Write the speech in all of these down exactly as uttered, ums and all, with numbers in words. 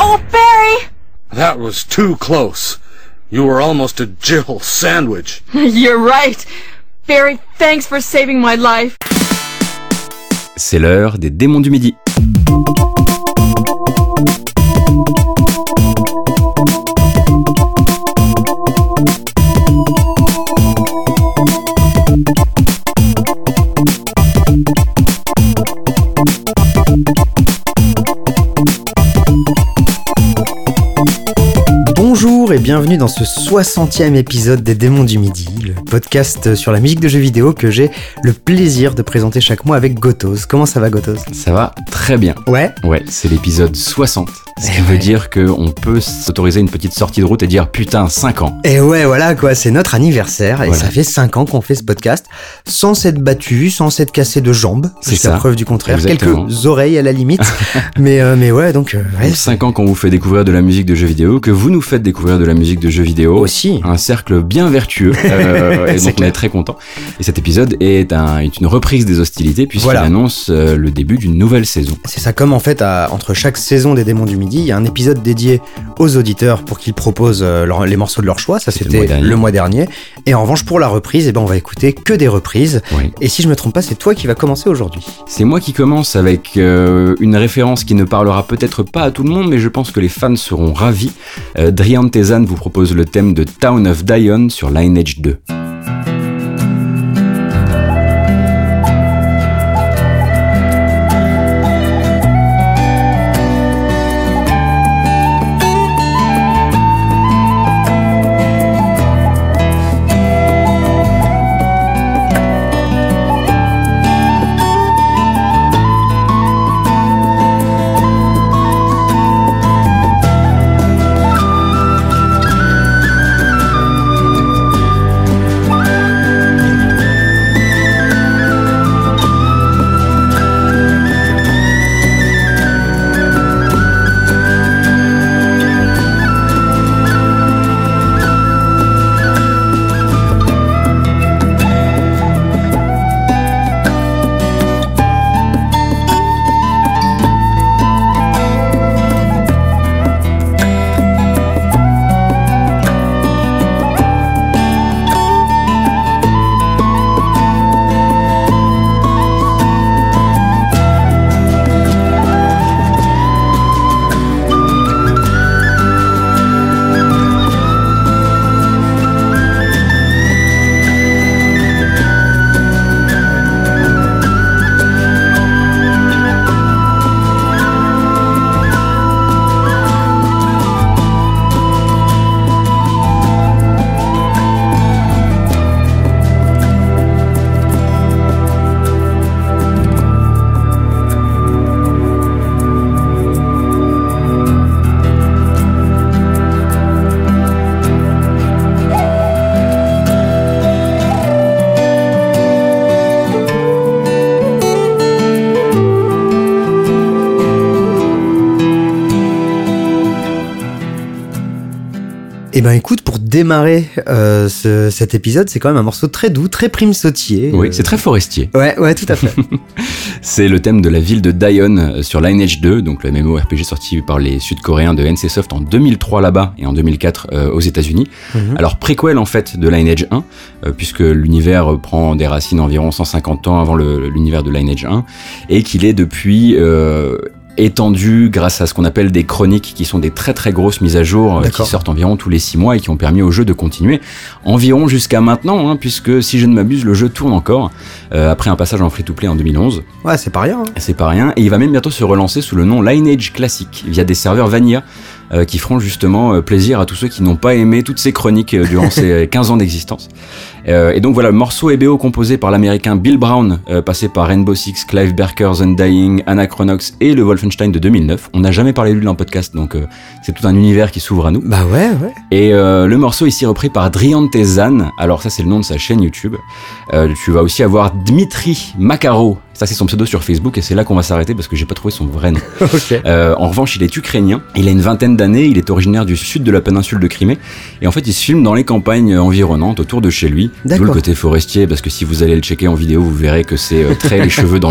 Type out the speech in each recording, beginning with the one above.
Oh, Barry! That was too close. You were almost a Jill sandwich. You're right. Barry, thanks for saving my life. C'est l'heure des démons du midi. Bonjour et bienvenue dans ce soixantième épisode des Démons du Midi, le podcast sur la musique de jeux vidéo que j'ai le plaisir de présenter chaque mois avec Gotos. Comment ça va, Gotos ? Ça va très bien. Ouais ? Ouais, c'est l'épisode soixante, ce qui Et veut ouais. dire qu'on peut s'autoriser une petite sortie de route et dire putain, cinq ans. Et ouais, voilà quoi, c'est notre anniversaire et Voilà. ça fait cinq ans qu'on fait ce podcast sans s'être battu, sans s'être cassé de jambes, C'est jusqu'à ça. preuve du contraire, Exactement. quelques oreilles à la limite, mais, euh, mais ouais, donc... Euh, ouais, Donc cinq ans qu'on vous fait découvrir de la musique de jeux vidéo, que vous nous faites découvrir de la musique de jeux vidéo. Aussi. Un cercle bien vertueux, euh, et C'est donc on clair. est très content. Et cet épisode est, un, est une reprise des hostilités puisqu'il Voilà. annonce euh, le début d'une nouvelle saison. C'est ça, comme en fait, à- entre chaque saison des Démons du Midi, il y a un épisode dédié aux auditeurs pour qu'ils proposent euh, leur- les morceaux de leur choix. Ça, C'était c'était le mois dernier. le mois dernier. Et en revanche, pour la reprise, eh ben, on va écouter que des reprises. Oui. Et si je me trompe pas, c'est toi qui vas commencer aujourd'hui. C'est moi qui commence avec euh, une référence qui ne parlera peut-être pas à tout le monde, mais je pense que les fans seront ravis. Euh, Drian Tezan vous propose le thème de Town of Dion sur Lineage deux. Eh ben écoute, pour démarrer euh, ce- cet épisode, c'est quand même un morceau très doux, très prime sautier. Oui, c'est très forestier. Ouais, ouais, tout à fait. C'est le thème de la ville de Dion euh, sur Lineage deux, donc le MMORPG sorti par les Sud-Coréens de N C Soft en deux mille trois là-bas et en deux mille quatre euh, aux États-Unis. Mhm. Alors préquel en fait de Lineage un, euh, puisque l'univers euh, prend des racines environ cent cinquante ans avant le- l'univers de Lineage un, et qu'il est depuis euh, étendu grâce à ce qu'on appelle des chroniques, qui sont des très très grosses mises à jour euh, D'accord. qui sortent environ tous les six mois et qui ont permis au jeu de continuer environ jusqu'à maintenant, hein, puisque si je ne m'abuse, le jeu tourne encore euh, après un passage en free-to-play en deux mille onze. Ouais, c'est pas rien. Hein. C'est pas rien, et il va même bientôt se relancer sous le nom Lineage Classic via des serveurs Vanilla euh, qui feront justement euh, plaisir à tous ceux qui n'ont pas aimé toutes ces chroniques euh, durant ces quinze ans d'existence. Euh, et donc voilà, le morceau est B O composé par l'américain Bill Brown, euh, passé par Rainbow Six, Clive Barker's Undying, Anachronox et le Wolfenstein de deux mille neuf. On n'a jamais parlé de lui dans le podcast, donc euh, c'est tout un univers qui s'ouvre à nous. Bah ouais, ouais. Et euh, le morceau ici repris par Drian Tezan, alors ça c'est le nom de sa chaîne YouTube. Euh, tu vas aussi avoir Dmitri Makaro, ça c'est son pseudo sur Facebook, et c'est là qu'on va s'arrêter parce que j'ai pas trouvé son vrai nom. Ok. Euh, en revanche, il est ukrainien, il a une vingtaine d'années, il est originaire du sud de la péninsule de Crimée, et en fait il se filme dans les campagnes environnantes autour de chez lui, d'où D'accord. le côté forestier, parce que si vous allez le checker en vidéo, vous verrez que c'est euh, très les cheveux dans le vent.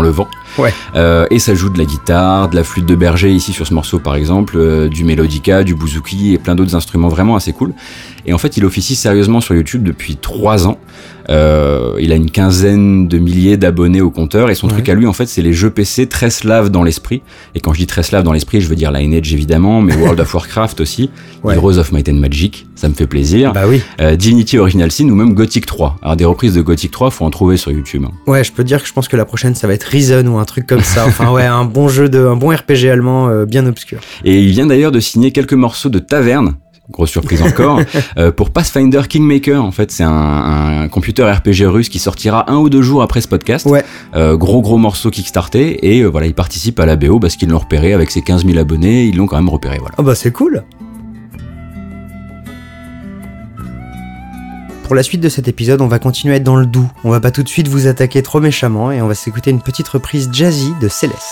Ouais. Euh, et ça joue de la guitare, de la flûte de berger ici sur ce morceau par exemple, euh, du mélodica, du bouzouki et plein d'autres instruments vraiment assez cool. Et en fait, il officie sérieusement sur YouTube depuis trois ans. Euh, il a une quinzaine de milliers d'abonnés au compteur et son ouais. truc à lui en fait c'est les jeux P C très slaves dans l'esprit. Et quand je dis très slave dans l'esprit, je veux dire Lineage évidemment, mais World of Warcraft aussi, ouais. Heroes of Might and Magic, ça me fait plaisir. Bah oui. Euh, Divinity Original Sin ou même Gothic trois. Alors des reprises de Gothic trois, faut en trouver sur YouTube. Ouais, je peux dire que je pense que la prochaine ça va être Reason ou un truc comme ça. Enfin ouais, un bon jeu de, un bon R P G allemand euh, bien obscur. Et il vient d'ailleurs de signer quelques morceaux de Taverne. Grosse surprise encore, euh, pour Pathfinder Kingmaker, en fait, c'est un, un computer R P G russe qui sortira un ou deux jours après ce podcast. Ouais. Euh, gros gros morceau kickstarté, et euh, voilà, il participe à la B O parce qu'ils l'ont repéré avec ses quinze mille abonnés, ils l'ont quand même repéré, voilà. Oh bah c'est cool. Pour la suite de cet épisode, on va continuer à être dans le doux. On va pas tout de suite vous attaquer trop méchamment, et on va s'écouter une petite reprise jazzy de Céleste.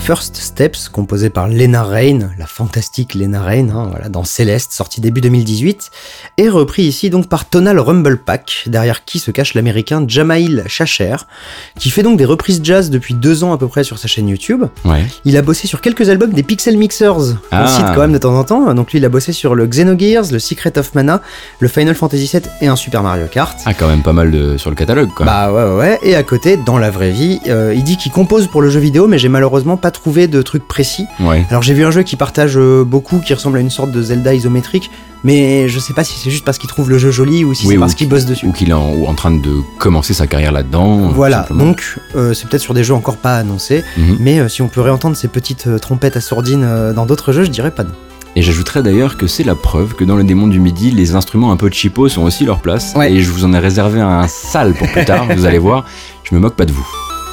First Steps, composé par Lena Raine, la fantastique Lena Raine, hein, voilà, dans Céleste, sorti début deux mille dix-huit, et repris ici donc par Tonal Rumble Pack, derrière qui se cache l'américain Jamail Chacher, qui fait donc des reprises jazz depuis deux ans à peu près sur sa chaîne YouTube. Ouais. Il a bossé sur quelques albums des Pixel Mixers, Ah. on cite quand même de temps en temps, donc lui il a bossé sur le Xenogears, le Secret of Mana, le Final Fantasy sept et un Super Mario Kart. Ah, quand même pas mal de, sur le catalogue, quoi. Bah ouais, ouais, ouais, et à côté, dans la vraie vie, euh, il dit qu'il compose pour le jeu vidéo, mais j'ai malheureusement pas trouvé de trucs précis. Ouais. Alors j'ai vu un jeu qui partage euh, beaucoup, qui ressemble à une sorte de Zelda isométrique, mais je sais pas si c'est juste parce qu'il trouve le jeu joli ou si Oui, c'est ou parce qu'il bosse dessus. Ou qu'il est en, ou en train de commencer sa carrière là-dedans. Voilà, simplement. donc euh, c'est peut-être sur des jeux encore pas annoncés, Mhm. mais euh, si on peut réentendre ces petites euh, trompettes assourdines euh, dans d'autres jeux, je dirais pas non. Et j'ajouterais d'ailleurs que c'est la preuve que dans le démon du midi, les instruments un peu cheapo sont aussi leur place. Ouais. Et je vous en ai réservé un sale pour plus tard, vous allez voir, je me moque pas de vous.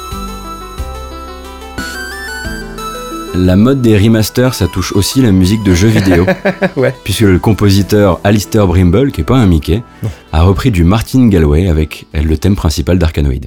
La mode des remasters, ça touche aussi la musique de jeux vidéo. Ouais. Puisque le compositeur Alistair Brimble, qui est pas un Mickey, Non. a repris du Martin Galway avec le thème principal d'Arcanoid.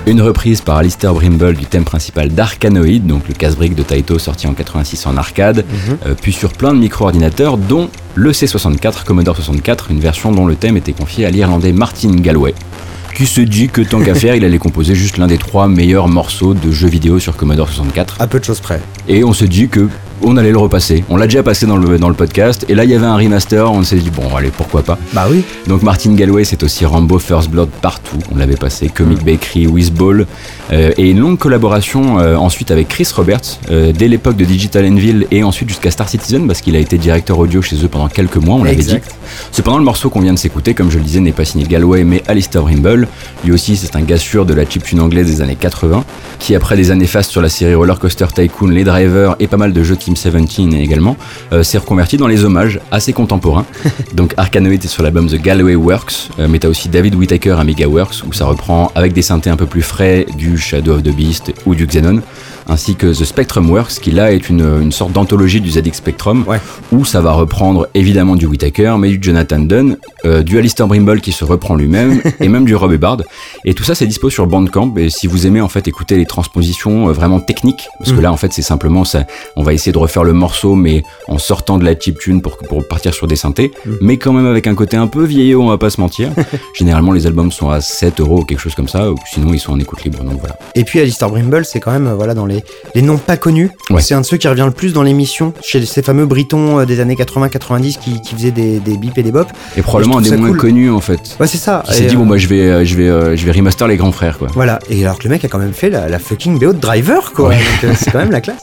Une reprise par Alistair Brimble du thème principal d'Arcanoid, donc le casse-brique de Taito sorti en quatre-vingt-six en arcade, mm-hmm. euh, puis sur plein de micro-ordinateurs, dont le C soixante-quatre, Commodore soixante-quatre, une version dont le thème était confié à l'Irlandais Martin Galway, qui se dit que tant qu'à faire, il allait composer juste l'un des trois meilleurs morceaux de jeux vidéo sur Commodore soixante-quatre. À peu de choses près. Et on se dit que on allait le repasser. On l'a déjà passé dans le, dans le podcast, et là il y avait un remaster, on s'est dit bon allez pourquoi pas. Bah oui. Donc Martin Galway, c'est aussi Rambo First Blood partout, on l'avait passé, Comic mmh. Bakery, Whizball, euh, et une longue collaboration euh, ensuite avec Chris Roberts, euh, dès l'époque de Digital Anvil et ensuite jusqu'à Star Citizen, parce qu'il a été directeur audio chez eux pendant quelques mois, on l'avait exact. dit. Cependant le morceau qu'on vient de s'écouter, comme je le disais, n'est pas signé Galway mais Alistair Brimble. Lui aussi c'est un gars sûr de la chiptune anglaise des années quatre-vingts, qui après des années fastes sur la série Roller Coaster Tycoon, les Drivers et pas mal de jeux Team dix-sept et également, euh, s'est reconverti dans les hommages assez contemporains. Donc Arcanoid est sur l'album The Galway Works, euh, mais t'as aussi David Whittaker à Megaworks, où ça reprend avec des synthés un peu plus frais du Shadow of the Beast ou du Xenon, ainsi que The Spectrum Works, qui là est une, une sorte d'anthologie du Z X Spectrum, ouais. où ça va reprendre évidemment du Whittaker, mais du Jonathan Dunn, euh, du Alistair Brimble qui se reprend lui-même, et même du Rob Hubbard. Et tout ça c'est dispo sur Bandcamp, et si vous aimez en fait écouter les transpositions euh, vraiment techniques, parce mmh. que là en fait c'est simplement ça, on va essayer de refaire le morceau mais en sortant de la chiptune pour, pour partir sur des synthés, mmh. mais quand même avec un côté un peu vieillot, on va pas se mentir. Généralement les albums sont à sept euros ou quelque chose comme ça, ou sinon ils sont en écoute libre, donc voilà. Et puis Alistair Brimble c'est quand même euh, voilà dans les Les noms pas connus, ouais. c'est un de ceux qui revient le plus dans l'émission, chez ces fameux Britons des années quatre-vingts quatre-vingt-dix qui, qui faisaient des, des bips et des bops. Et probablement un des moins cool. connus en fait. Ouais, c'est ça. Qui s'est dit, euh... bon bah je vais, je, vais, je vais remaster les grands frères quoi. Voilà, et alors que le mec a quand même fait la, la fucking B O de Driver quoi, ouais. donc euh, c'est quand même la classe.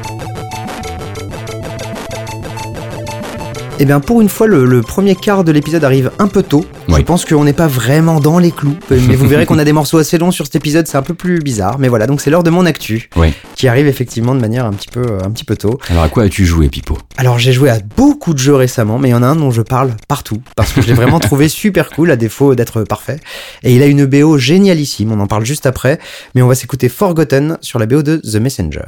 Eh bien, pour une fois, le, le premier quart de l'épisode arrive un peu tôt. Oui. Je pense qu'on n'est pas vraiment dans les clous. Mais vous verrez qu'on a des morceaux assez longs sur cet épisode, c'est un peu plus bizarre. Mais voilà, donc c'est l'heure de mon actu, oui. qui arrive effectivement de manière un petit peu, un petit peu tôt. Alors, à quoi as-tu joué, Pipo ? Alors, j'ai joué à beaucoup de jeux récemment, mais il y en a un dont je parle partout, parce que je l'ai vraiment trouvé super cool, à défaut d'être parfait. Et il a une B O génialissime, on en parle juste après. Mais on va s'écouter Forgotten sur la B O de The Messenger.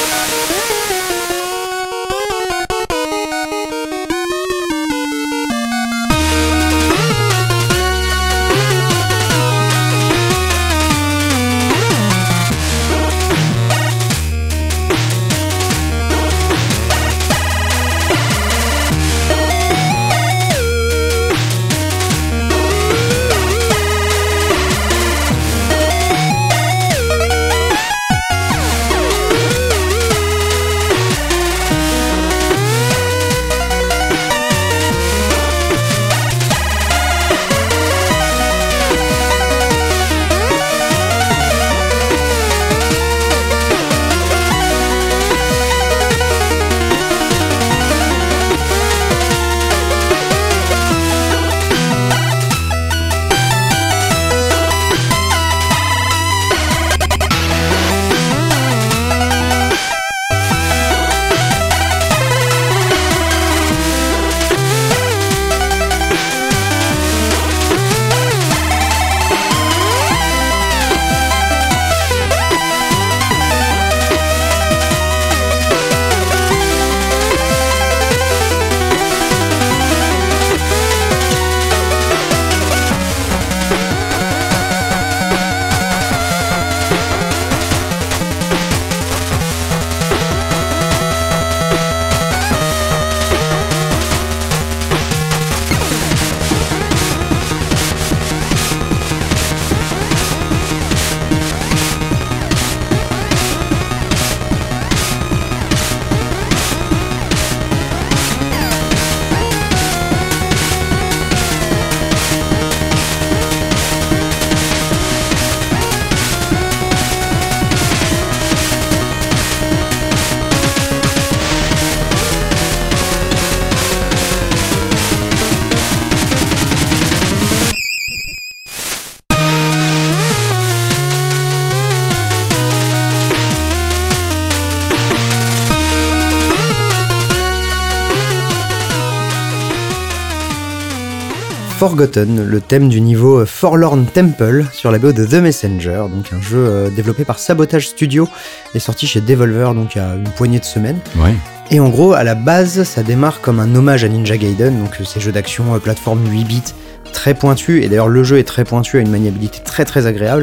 Forgotten, le thème du niveau Forlorn Temple sur la B O de The Messenger, donc un jeu euh, développé par Sabotage Studio et sorti chez Devolver donc il y a une poignée de semaines. Ouais. Et en gros, à la base, ça démarre comme un hommage à Ninja Gaiden, donc ces jeux d'action euh, plateforme huit bits très pointus, et d'ailleurs le jeu est très pointu, a une maniabilité très très agréable.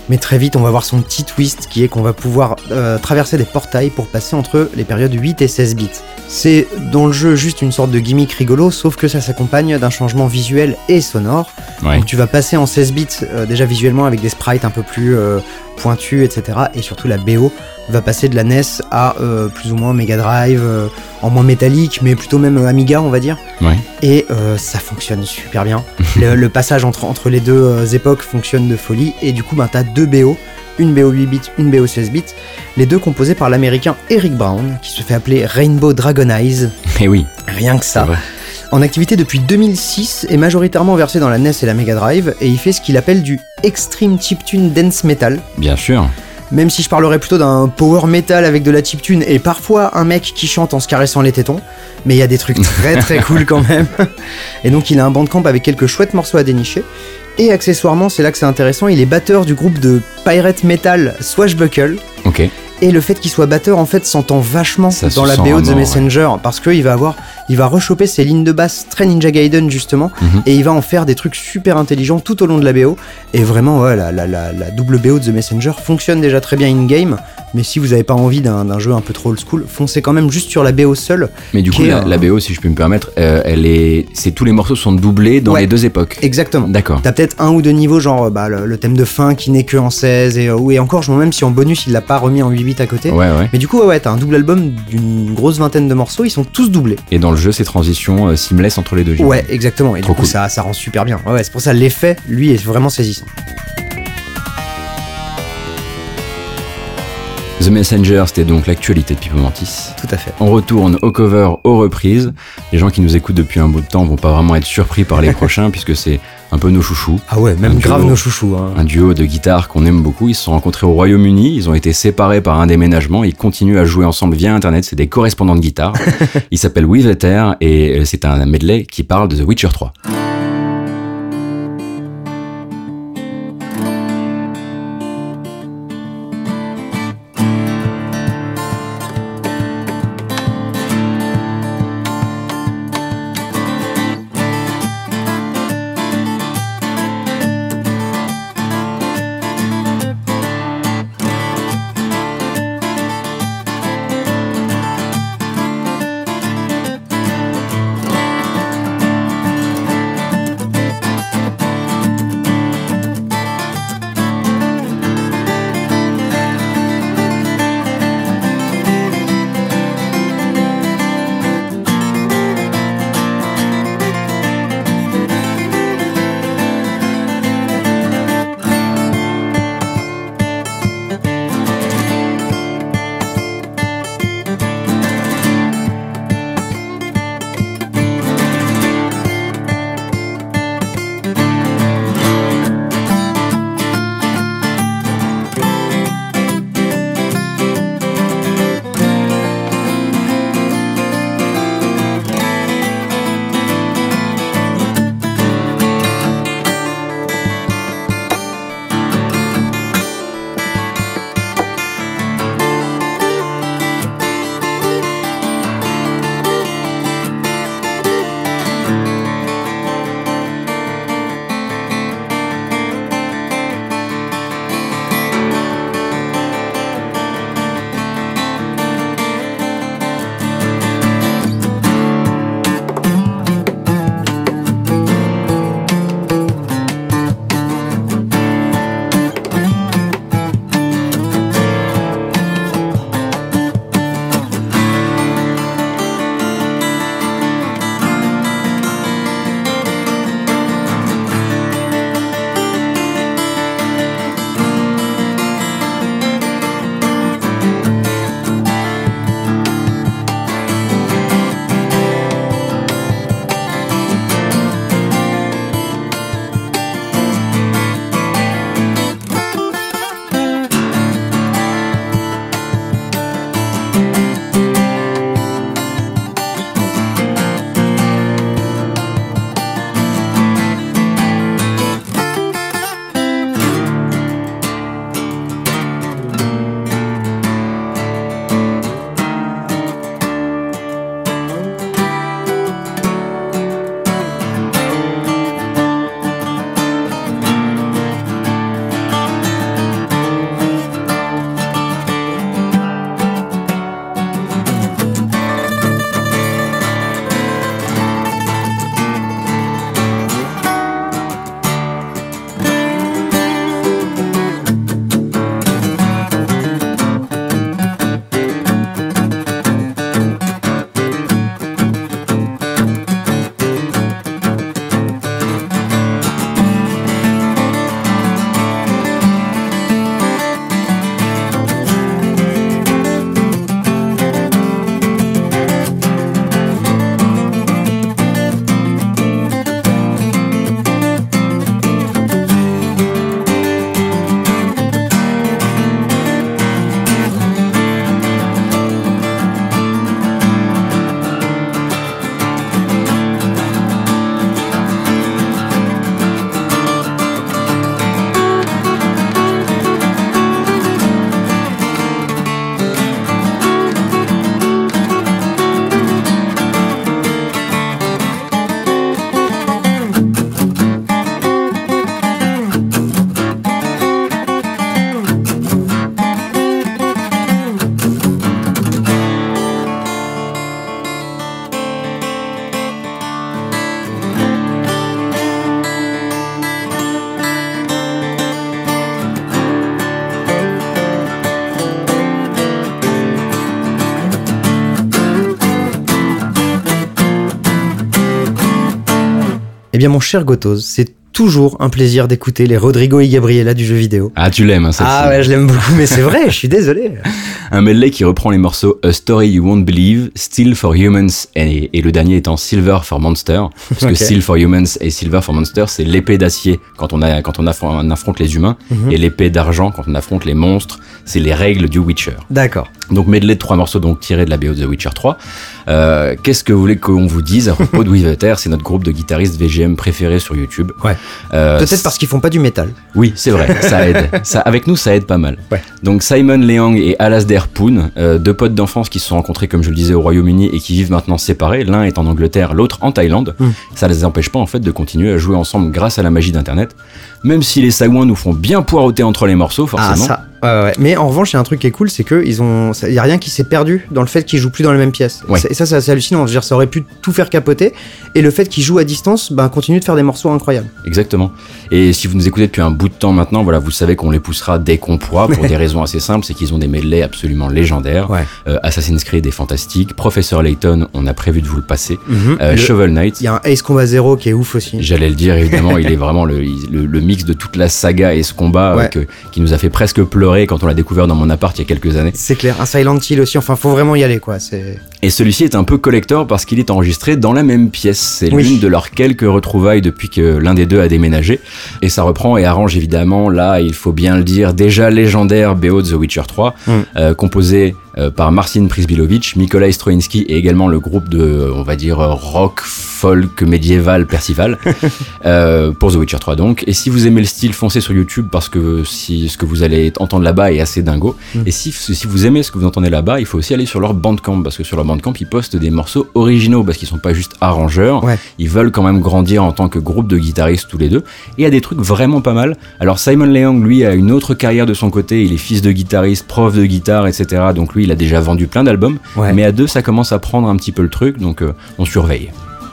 Mais très vite, on va voir son petit twist qui est qu'on va pouvoir euh, traverser des portails pour passer entre les périodes huit et seize bits. C'est dans le jeu juste une sorte de gimmick rigolo, sauf que ça s'accompagne d'un changement visuel et sonore. Ouais. Donc tu vas passer en seize bits euh, déjà visuellement avec des sprites un peu plus euh, pointus, et cetera. Et surtout la B O va passer de la N E S à euh, plus ou moins Mega Drive, euh, en moins métallique, mais plutôt même euh, Amiga, on va dire. Ouais. Et euh, ça fonctionne super bien. le, le passage entre, entre les deux euh, époques fonctionne de folie. Et du coup, ben, t'as deux B O, une B O huit bits, une B O seize bits, les deux composés par l'américain Eric Brown, qui se fait appeler Rainbow Dragon Eyes. Et oui. Rien que C'est ça. vrai. En activité depuis deux mille six et majoritairement versé dans la N E S et la Mega Drive, et il fait ce qu'il appelle du Extreme Chiptune Dance Metal. Bien sûr. Même si je parlerais plutôt d'un power metal avec de la chiptune et parfois un mec qui chante en se caressant les tétons, mais il y a des trucs très très cool quand même. Et donc il a un bandcamp avec quelques chouettes morceaux à dénicher. Et accessoirement, c'est là que c'est intéressant, il est batteur du groupe de pirate metal Swashbuckle. Ok. Et le fait qu'il soit batteur, en fait, s'entend vachement Ça se dans la sent B O de The vraiment, Messenger, parce qu'il va avoir, il va rechoper ses lignes de basse très Ninja Gaiden justement, Mhm. et il va en faire des trucs super intelligents tout au long de la B O. Et vraiment, ouais, la, la, la, la double B O de The Messenger fonctionne déjà très bien in-game, mais si vous n'avez pas envie d'un, d'un jeu un peu trop old school, foncez quand même juste sur la B O seule. Mais du coup, Qui est la, un- la B O, si je puis me permettre, euh, elle est, c'est tous les morceaux sont doublés dans Ouais. les deux époques. Exactement. D'accord. T'as peut-être un ou deux niveaux, genre bah, le, le thème de fin qui n'est que en seize, et, euh, ou- et encore, je me demande même si en bonus il l'a pas remis en huit bits à côté. Ouais, ouais. Mais du coup, ouais, ouais, t'as un double album d'une grosse vingtaine de morceaux, ils sont tous doublés. Et dans le jeu, ces transitions euh, seamless entre les deux. Ouais, exactement. Et Trop du coup, cool. ça, ça rend super bien. Ouais, ouais, c'est pour ça l'effet, lui, est vraiment saisissant. The Messenger, c'était donc l'actualité de Pipo Mantis. Tout à fait. On retourne au cover, aux reprises. Les gens qui nous écoutent depuis un bout de temps vont pas vraiment être surpris par les prochains, puisque c'est un peu nos chouchous. Ah ouais, même Un grave duo. nos chouchous. Hein. Un duo de guitare qu'on aime beaucoup. Ils se sont rencontrés au Royaume-Uni. Ils ont été séparés par un déménagement. Ils continuent à jouer ensemble via Internet. C'est des correspondants de guitare. Ils s'appellent With Ether et c'est un medley qui parle de The Witcher trois. Eh bien mon cher Gotoz, c'est toujours un plaisir d'écouter les Rodrigo y Gabriela du jeu vidéo. Ah, tu l'aimes, hein, celle-ci. Ah ouais, je l'aime beaucoup, mais c'est vrai, je suis désolé. Un medley qui reprend les morceaux A Story You Won't Believe, Steel for Humans et, et le dernier étant Silver for Monster. Parce que Ok. Steel for Humans et Silver for Monster, c'est l'épée d'acier quand on, a, quand on, affron- on affronte les humains, Mhm. et l'épée d'argent quand on affronte les monstres. C'est les règles du Witcher. D'accord. Donc medley de trois morceaux donc tirés de la B O de The Witcher trois. Euh, qu'est-ce que vous voulez qu'on vous dise à propos de Witheter? C'est notre groupe de guitaristes V G M préféré sur YouTube. Ouais. Euh, Peut-être parce qu'ils font pas du métal. Oui, c'est vrai, ça aide. Ça, avec nous, ça aide pas mal. Ouais. Donc Simon Leang et Alasdair Poon, euh, deux potes d'enfance qui se sont rencontrés, comme je le disais, au Royaume-Uni et qui vivent maintenant séparés. L'un est en Angleterre, l'autre en Thaïlande. Mm. Ça les empêche pas en fait de continuer à jouer ensemble grâce à la magie d'Internet. Même si les sagouins nous font bien poireauter entre les morceaux, forcément. Ah ça. Ouais, ouais. Mais en revanche, il y a un truc qui est cool, c'est que ils ont, il y a rien qui s'est perdu dans le fait qu'ils jouent plus dans la même pièce. Ouais. Et ça, c'est assez hallucinant. Je veux dire, ça aurait pu tout faire capoter, et le fait qu'ils jouent à distance, ben continue de faire des morceaux incroyables. Exactement. Et si vous nous écoutez depuis un bout de temps maintenant, voilà, vous savez qu'on les poussera dès qu'on pourra pour des raisons assez simples, c'est qu'ils ont des medleys absolument légendaires. Ouais. Euh, Assassin's Creed est fantastique. Professeur Layton, on a prévu de vous le passer. Mhm. Euh, Le- Shovel Knight. Il y a un Ace Combat Zero qui est ouf aussi. J'allais le dire, évidemment, il est vraiment le, le, le mix de toute la saga et ce combat Ouais. euh, que- qui nous a fait presque pleurer quand on l'a découvert dans mon appart il y a quelques années. C'est clair. Un Silent Hill aussi. Enfin, faut vraiment y aller, quoi. C'est. Et celui-ci est un peu collector parce qu'il est enregistré dans la même pièce. C'est Oui. l'une de leurs quelques retrouvailles depuis que l'un des deux a déménagé. Et ça reprend et arrange évidemment, là, il faut bien le dire, déjà légendaire B O de The Witcher trois, Mm. euh, composé euh, par Marcin Prisbilovic, Nikolai Stroinski et également le groupe de, on va dire, rock, folk, médiéval, Percival, euh, pour The Witcher trois donc. Et si vous aimez le style, foncez sur YouTube parce que si ce que vous allez entendre là-bas est assez dingo. Mm. Et si, si vous aimez ce que vous entendez là-bas, il faut aussi aller sur leur Bandcamp parce que sur leur Bandcamp, ils postent des morceaux originaux parce qu'ils sont pas juste arrangeurs. Ouais. Ils veulent quand même grandir en tant que groupe de guitaristes tous les deux. Et il y a des trucs vraiment pas mal. Alors Simon Leang, lui, a une autre carrière de son côté. Il est fils de guitariste, prof de guitare, et cetera. Donc lui, il a déjà vendu plein d'albums. Ouais. Mais à deux, ça commence à prendre un petit peu le truc. Donc euh, on surveille.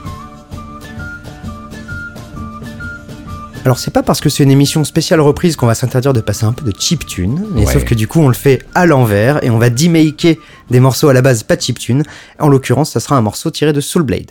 Alors c'est pas parce que c'est une émission spéciale reprise qu'on va s'interdire de passer un peu de chiptune, mais Ouais. sauf que du coup on le fait à l'envers et on va demaker des morceaux à la base pas de chiptune. En l'occurrence, ça sera un morceau tiré de Soul Blade.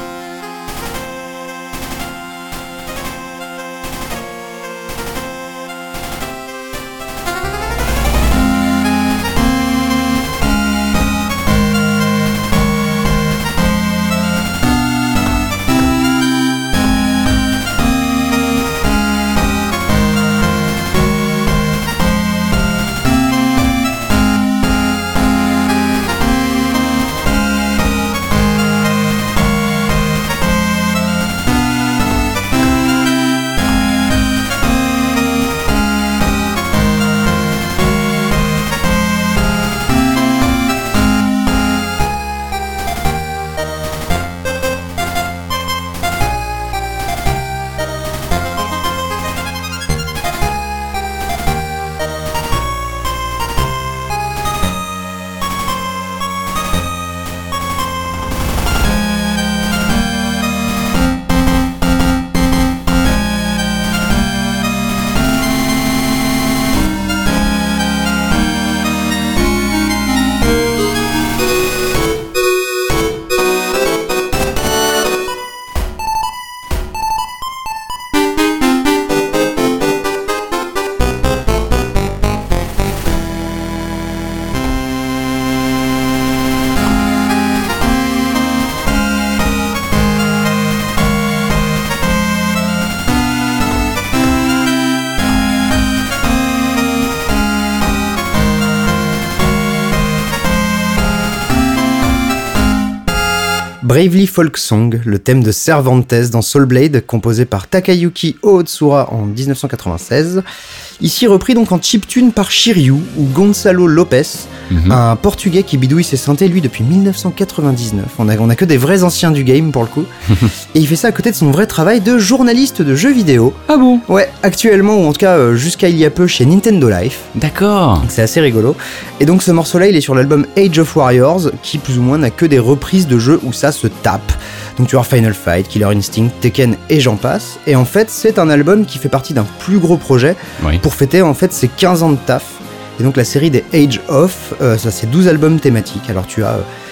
Bravely Folk Song, le thème de Cervantes dans Soul Blade, composé par Takayuki Ootsura en dix-neuf cent quatre-vingt-seize. Ici repris donc en chiptune par Shiryu ou Gonçalo Lopes, Mhm. un portugais qui bidouille ses synthés lui depuis dix-neuf cent quatre-vingt-dix-neuf. On a, on a que des vrais anciens du game pour le coup. Et il fait ça à côté de son vrai travail de journaliste de jeux vidéo. Ah bon? Ouais, actuellement, ou en tout cas euh, jusqu'à il y a peu chez Nintendo Life. D'accord. Donc c'est assez rigolo. Et donc ce morceau-là, il est sur l'album Age of Warriors, qui plus ou moins n'a que des reprises de jeux où ça se tape. Donc tu as Final Fight, Killer Instinct, Tekken et j'en passe. Et en fait, c'est un album qui fait partie d'un plus gros projet Oui. pour fêter en fait ses quinze ans de taf. Et donc la série des Age of, euh, ça c'est douze albums thématiques. Alors tu as euh,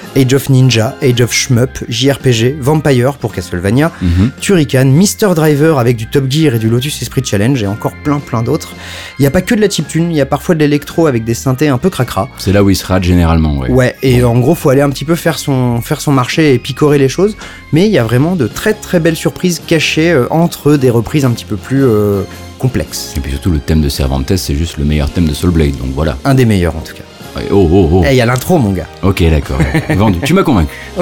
Age of Ninja, Age of Shmup, J R P G, Vampire pour Castlevania, Mhm. Turrican, Mister Driver avec du Top Gear et du Lotus Esprit Challenge et encore plein plein d'autres. Il n'y a pas que de la chiptune, il y a parfois de l'électro avec des synthés un peu cracra. C'est là où il se rate généralement, ouais. Ouais, et en gros, faut aller un petit peu faire son, faire son marché et picorer les choses, mais il y a vraiment de très très belles surprises cachées euh, entre des reprises un petit peu plus euh, complexes. Et puis surtout, le thème de Cervantes, c'est juste le meilleur thème de Soul Blade, donc voilà. Un des meilleurs en tout cas. Ouais, oh, oh, oh. Et il y a l'intro, mon gars. Ok, d'accord. Vendu. Tu m'as convaincu. Ok.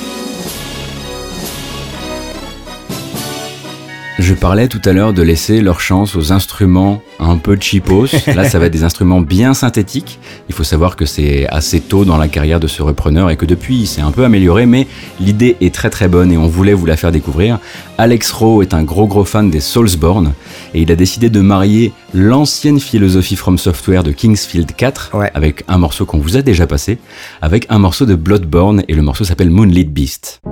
Je parlais tout à l'heure de laisser leur chance aux instruments un peu cheapos. Là, ça va être des instruments bien synthétiques. Il faut savoir que c'est assez tôt dans la carrière de ce repreneur et que depuis, il s'est un peu amélioré, mais l'idée est très très bonne et on voulait vous la faire découvrir. Alex Rowe est un gros gros fan des Soulsborne et il a décidé de marier l'ancienne philosophie From Software de Kingsfield quatre, Ouais. avec un morceau qu'on vous a déjà passé, avec un morceau de Bloodborne et le morceau s'appelle Moonlit Beast.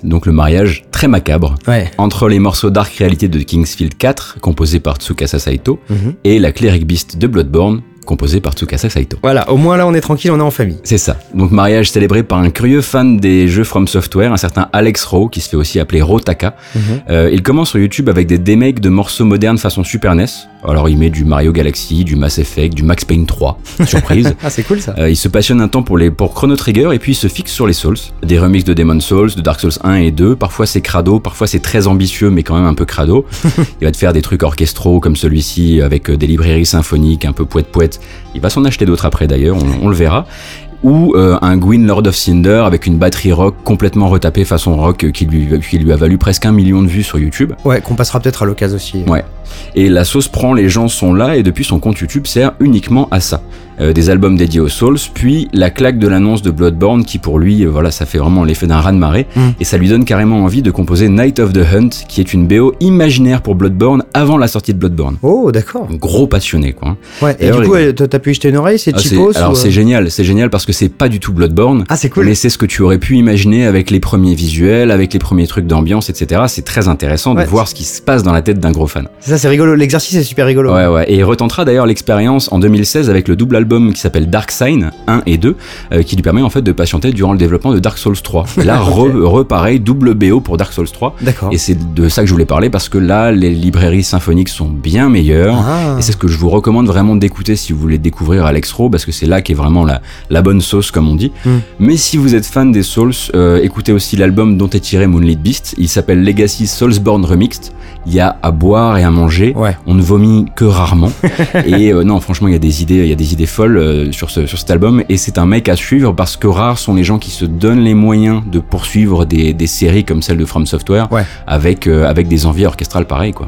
donc le mariage très macabre Ouais. entre les morceaux Dark Reality de Kingsfield quatre, composés par Tsukasa Saito, Mhm. et la Cleric Beast de Bloodborne, composée par Tsukasa Saito. Voilà, au moins là on est tranquille, on est en famille. C'est ça. Donc mariage célébré par un curieux fan des jeux From Software, un certain Alex Rowe, qui se fait aussi appeler Rotaka. Mhm. Euh, il commence sur YouTube avec des demakes de morceaux modernes façon Super N E S. Alors il met du Mario Galaxy, du Mass Effect, du Max Payne trois. Surprise. Ah c'est cool ça. Euh, il se passionne un temps pour, les, pour Chrono Trigger et puis il se fixe sur les Souls. Des remixes de Demon's Souls, de Dark Souls un et deux. Parfois c'est crado, parfois c'est très ambitieux mais quand même un peu crado. Il va te faire des trucs orchestraux comme celui-ci avec des librairies symphoniques un peu poète-poète. Il va s'en acheter d'autres après d'ailleurs, on, on le verra. Ou euh, un Gwyn Lord of Cinder avec une batterie rock complètement retapée façon rock qui lui, qui lui a valu presque un million de vues sur YouTube. Ouais, qu'on passera peut-être à l'occasion aussi. Ouais. Et la sauce prend, les gens sont là et depuis son compte YouTube sert uniquement à ça. Euh, des albums dédiés aux Souls, puis la claque de l'annonce de Bloodborne qui pour lui, euh, voilà, ça fait vraiment l'effet d'un raz-de-marée Mm. et ça lui donne carrément envie de composer Night of the Hunt qui est une B O imaginaire pour Bloodborne avant la sortie de Bloodborne. Oh d'accord. Un gros passionné quoi. hein. Ouais, et D'ailleurs, du coup les- euh, t'as t'as pu y jeter une oreille, c'est Ah, c'est- cheapos alors ou, c'est euh, génial, c'est génial parce que c'est pas du tout Bloodborne. Ah c'est cool. Mais c'est ce que tu aurais pu imaginer avec les premiers visuels, avec les premiers trucs d'ambiance, et cetera. C'est très intéressant Ouais. de voir ce qui se passe dans la tête d'un gros fan. C'est ça, c'est rigolo, l'exercice est super rigolo. Ouais, ouais. Et il retentera d'ailleurs l'expérience en deux mille seize avec le double album qui s'appelle Dark Sign un et deux, euh, qui lui permet en fait de patienter durant le développement de Dark Souls trois. Et là, re, re pareil, double B O pour Dark Souls trois. D'accord. Et c'est de ça que je voulais parler parce que là, les librairies symphoniques sont bien meilleures. Ah. Et c'est ce que je vous recommande vraiment d'écouter si vous voulez découvrir Alex Rowe, parce que c'est là qu'est vraiment la, la bonne sauce, comme on dit. Mm. Mais si vous êtes fan des Souls, euh, écoutez aussi l'album dont est tiré Moonlit Beast. Il s'appelle Legacy Soulsborne Remixed. Il y a à boire et à manger. Ouais. On ne vomit que rarement. et euh, non, franchement, il y a des idées, il y a des idées folles euh, sur, ce, sur cet album. Et c'est un mec à suivre parce que rares sont les gens qui se donnent les moyens de poursuivre des, des séries comme celle de From Software Ouais. avec, euh, avec des envies orchestrales pareilles, quoi.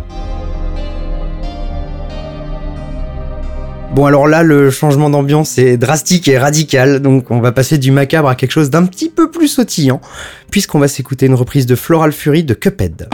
Bon alors là le changement d'ambiance est drastique et radical, donc on va passer du macabre à quelque chose d'un petit peu plus sautillant, puisqu'on va s'écouter une reprise de Floral Fury de Cuphead.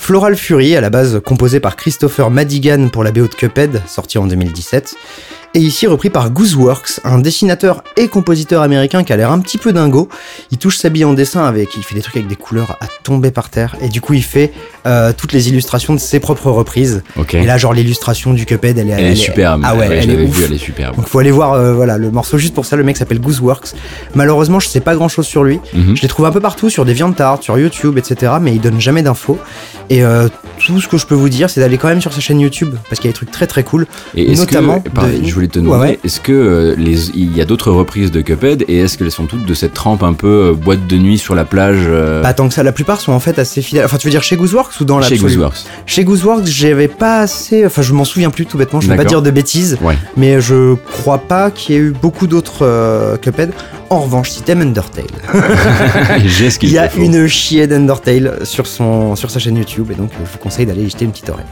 Floral Fury, à la base composé par Christopher Madigan pour la B O de Cuphead, sorti en deux mille dix-sept. Et ici repris par Gooseworks, un dessinateur et compositeur américain qui a l'air un petit peu dingo. Il touche sa bille en dessin avec, il fait des trucs avec des couleurs à tomber par terre. Et du coup, il fait euh, toutes les illustrations de ses propres reprises. Okay. Et là, genre l'illustration du Cuphead, elle est, elle elle est est superbe. Ah ouais, ouais, elle je est l'avais ouf. vue, elle est superbe. Donc faut aller voir euh, voilà le morceau juste pour ça. Le mec s'appelle Gooseworks. Malheureusement, je sais pas grand chose sur lui. Mm-hmm. Je l'ai trouvé un peu partout sur DeviantArt, sur YouTube, et cetera. Mais il donne jamais d'infos. Et euh, tout ce que je peux vous dire, c'est d'aller quand même sur sa chaîne YouTube parce qu'il y a des trucs très très cool. Et est-ce notamment, que, par, de... je voulais te demander, ouais, ouais. est-ce que euh, les, il y a d'autres reprises de Cuphead et est-ce qu'elles sont toutes de cette trempe un peu euh, boîte de nuit sur la plage euh... Pas tant que ça. La plupart sont en fait assez fidèles. Enfin, tu veux dire chez Gooseworks ou dans la Chez Gooseworks. Chez Gooseworks, j'avais pas assez. Enfin, je m'en souviens plus tout bêtement. Je vais D'accord. pas dire de bêtises. Ouais. Mais je crois pas qu'il y ait eu beaucoup d'autres euh, Cuphead. En revanche, si t'aimes Undertale, J'ai ce qu'il il y a faut. une chier d'Undertale sur son sur sa chaîne YouTube et donc je vous conseille d'aller y jeter une petite oreille.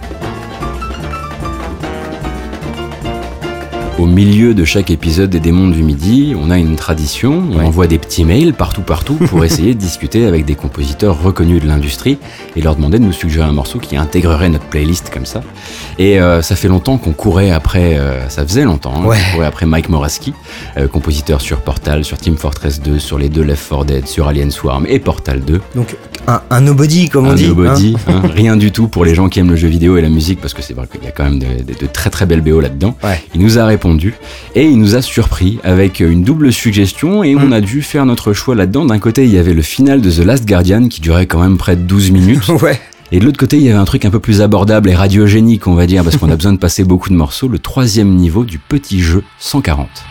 Au milieu de chaque épisode des Démons du Midi, on a une tradition, on Ouais. envoie des petits mails partout partout pour essayer de discuter avec des compositeurs reconnus de l'industrie et leur demander de nous suggérer un morceau qui intégrerait notre playlist comme ça. Et euh, ça fait longtemps qu'on courait après, euh, ça faisait longtemps, hein, Ouais. qu'on courait après Mike Moraski, euh, compositeur sur Portal, sur Team Fortress deux, sur les deux Left four Dead, sur Alien Swarm et Portal deux. Donc un, un nobody comme on Un dit. nobody, hein. hein, rien du tout pour les gens qui aiment le jeu vidéo et la musique parce que c'est vrai qu'il y a quand même de, de- de très très belles B O là-dedans. Ouais. Il nous a répondu et il nous a surpris avec une double suggestion et on Mm. a dû faire notre choix là-dedans. D'un côté, il y avait le final de The Last Guardian qui durait quand même près de douze minutes Ouais. et de l'autre côté, il y avait un truc un peu plus abordable et radiogénique, on va dire, parce qu'on a besoin de passer beaucoup de morceaux, le troisième niveau du petit jeu cent quarante.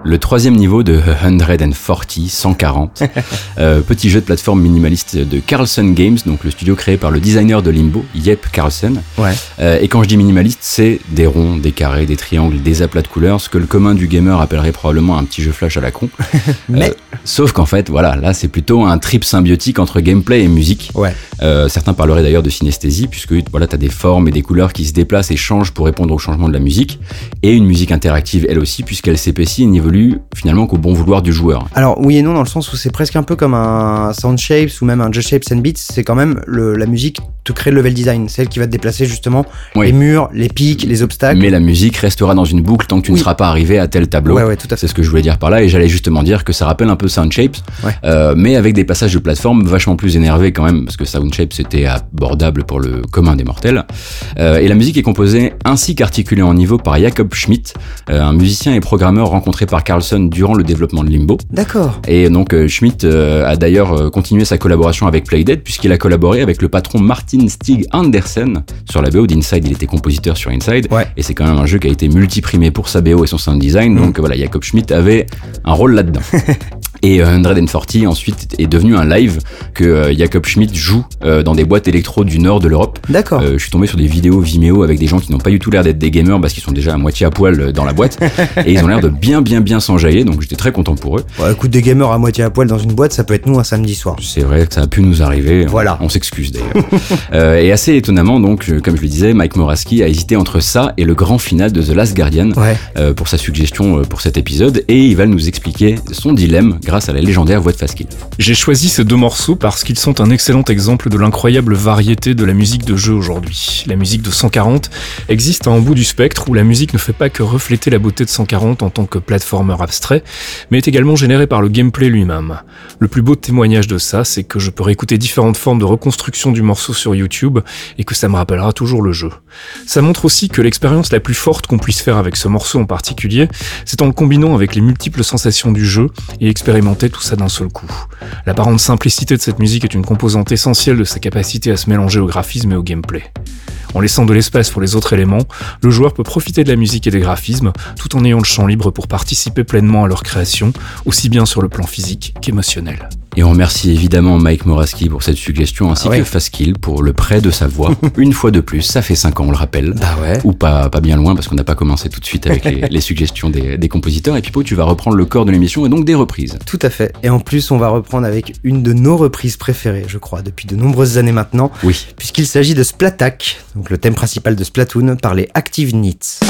Le troisième niveau de cent quarante, cent quarante, euh, petit jeu de plateforme minimaliste de Carlsen Games, donc le studio créé par le designer de Limbo, Jeppe Carlsen. Ouais. Euh, et quand je dis minimaliste, c'est des ronds, des carrés, des triangles, des aplats de couleurs, ce que le commun du gamer appellerait probablement un petit jeu flash à la con. Mais Euh, sauf qu'en fait, voilà, là c'est plutôt un trip symbiotique entre gameplay et musique. ouais. Euh, certains parleraient d'ailleurs de synesthésie, puisque voilà, t'as des formes et des couleurs qui se déplacent et changent pour répondre au changement de la musique, et une musique interactive elle aussi, puisqu'elle s'épaissit et n'évolue finalement qu'au bon vouloir du joueur. Alors oui et non, dans le sens où c'est presque un peu comme un Sound Shapes ou même un Just Shapes and Beats, c'est quand même le, la musique te crée le level design, c'est elle qui va te déplacer justement Oui. les murs, les pics, les obstacles. Mais la musique restera dans une boucle tant que tu Oui. ne seras pas arrivé à tel tableau. Ouais, ouais, tout à fait. C'est ce que je voulais dire par là, et j'allais justement dire que ça rappelle un peu Sound Shapes, Ouais. euh, mais avec des passages de plateforme vachement plus énervés quand même, parce que Sound Shapes c'était abordable pour le commun des mortels. Euh, et la musique est composée ainsi qu'articulée en niveau par Jakob Schmidt, euh, un musicien et programmeur rencontré par Carlsen durant le développement de Limbo. D'accord. Et donc euh, Schmidt euh, a d'ailleurs euh, continué sa collaboration avec Playdead, puisqu'il a collaboré avec le patron Martin Stig Andersen sur la B O d'Inside. Il était compositeur sur Inside, Ouais. et c'est quand même un jeu qui a été multiprimé pour sa B O et son sound design, donc euh, voilà, Jakob Schmidt avait un rôle là-dedans. Et euh, cent quarante ensuite est devenu un live que euh, Jakob Schmidt joue euh, dans des boîtes électro du nord de l'Europe. D'accord. Euh, je suis tombé sur des vidéos Vimeo avec des gens qui n'ont pas du tout l'air d'être des gamers parce qu'ils sont déjà à moitié à poil euh, dans la boîte, et ils ont l'air de bien bien bien s'enjailler, donc j'étais très content pour eux. Ouais, écoute, des gamers à moitié à poil dans une boîte, ça peut être nous un samedi soir. C'est vrai que ça a pu nous arriver. Voilà. On, on s'excuse d'ailleurs. euh, et assez étonnamment, donc, euh, comme je le disais, Mike Moraski a hésité entre ça et le grand final de The Last Guardian Ouais. euh, pour sa suggestion euh, pour cet épisode, et il va nous expliquer son dilemme grâce à la légendaire voix de Faskill. J'ai choisi ces deux morceaux parce qu'ils sont un excellent exemple de l'incroyable variété de la musique de jeu aujourd'hui. La musique de cent quarante existe à un bout du spectre où la musique ne fait pas que refléter la beauté de cent quarante en tant que platformer abstrait, mais est également générée par le gameplay lui-même. Le plus beau témoignage de ça, c'est que je peux réécouter différentes formes de reconstruction du morceau sur YouTube et que ça me rappellera toujours le jeu. Ça montre aussi que l'expérience la plus forte qu'on puisse faire avec ce morceau en particulier, c'est en le combinant avec les multiples sensations du jeu et expérimenter tout ça d'un seul coup. L'apparente simplicité de cette musique est une composante essentielle de sa capacité à se mélanger au graphisme et au gameplay. En laissant de l'espace pour les autres éléments, le joueur peut profiter de la musique et des graphismes, tout en ayant le champ libre pour participer pleinement à leur création, aussi bien sur le plan physique qu'émotionnel. Et on remercie évidemment Mike Moraski pour cette suggestion, ainsi Ah ouais. que Faskill pour le prêt de sa voix. Une fois de plus, ça fait cinq ans, on le rappelle. Bah ouais. Ou pas, pas bien loin, parce qu'on n'a pas commencé tout de suite avec les, les suggestions des, des compositeurs. Et Pipo, tu vas reprendre le corps de l'émission et donc des reprises. Tout à fait. Et en plus, on va reprendre avec une de nos reprises préférées, je crois, depuis de nombreuses années maintenant, Oui. puisqu'il s'agit de Splatak, donc le thème principal de Splatoon, par les Active Neats.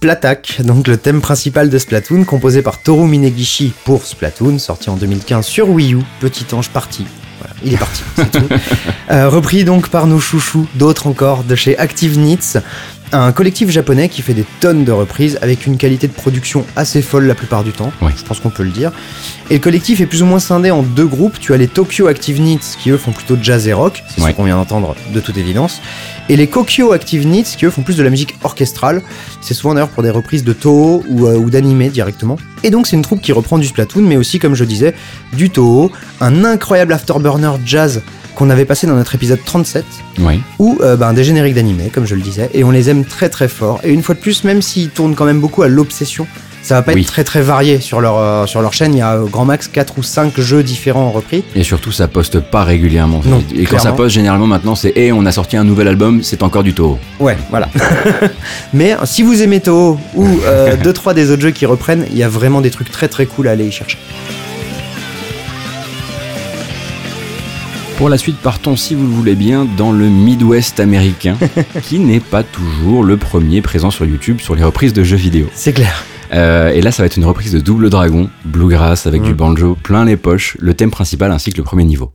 Splatak, donc le thème principal de Splatoon, composé par Toru Minegishi pour Splatoon, sorti en deux mille quinze sur Wii U, petit ange parti. Voilà, il est parti, c'est tout. Euh, repris donc par nos chouchous, d'autres encore, de chez Active Nits, un collectif japonais qui fait des tonnes de reprises avec une qualité de production assez folle la plupart du temps, Oui. je pense qu'on peut le dire. Et le collectif est plus ou moins scindé en deux groupes. Tu as les Tokyo Active Nits qui eux font plutôt jazz et rock, c'est Ouais. ce qu'on vient d'entendre de toute évidence. Et les Kokyo Active Nits qui eux font plus de la musique orchestrale, c'est souvent d'ailleurs pour des reprises de Toho ou, euh, ou d'anime directement. Et donc c'est une troupe qui reprend du Splatoon mais aussi comme je disais du Toho, un incroyable afterburner jazz qu'on avait passé dans notre épisode trente-sept, Oui. ou euh, ben, des génériques d'animé, comme je le disais, et on les aime très très fort. Et une fois de plus, même s'ils tournent quand même beaucoup à l'obsession, ça va pas Oui. être très très varié sur leur, euh, sur leur chaîne. Il y a au grand max quatre ou cinq jeux différents repris. Et surtout, ça poste pas régulièrement. Non, et quand ça clairement. poste, généralement maintenant, c'est hey, on a sorti un nouvel album, c'est encore du Toho. Ouais, voilà. Mais si vous aimez Toho ou euh, deux trois des autres jeux qui reprennent, il y a vraiment des trucs très très cool à aller y chercher. Pour la suite, partons, si vous le voulez bien, dans le Midwest américain, qui n'est pas toujours le premier présent sur YouTube sur les reprises de jeux vidéo. C'est clair. Euh, et là, ça va être une reprise de Double Dragon, Bluegrass avec Mmh. du banjo, plein les poches, le thème principal ainsi que le premier niveau.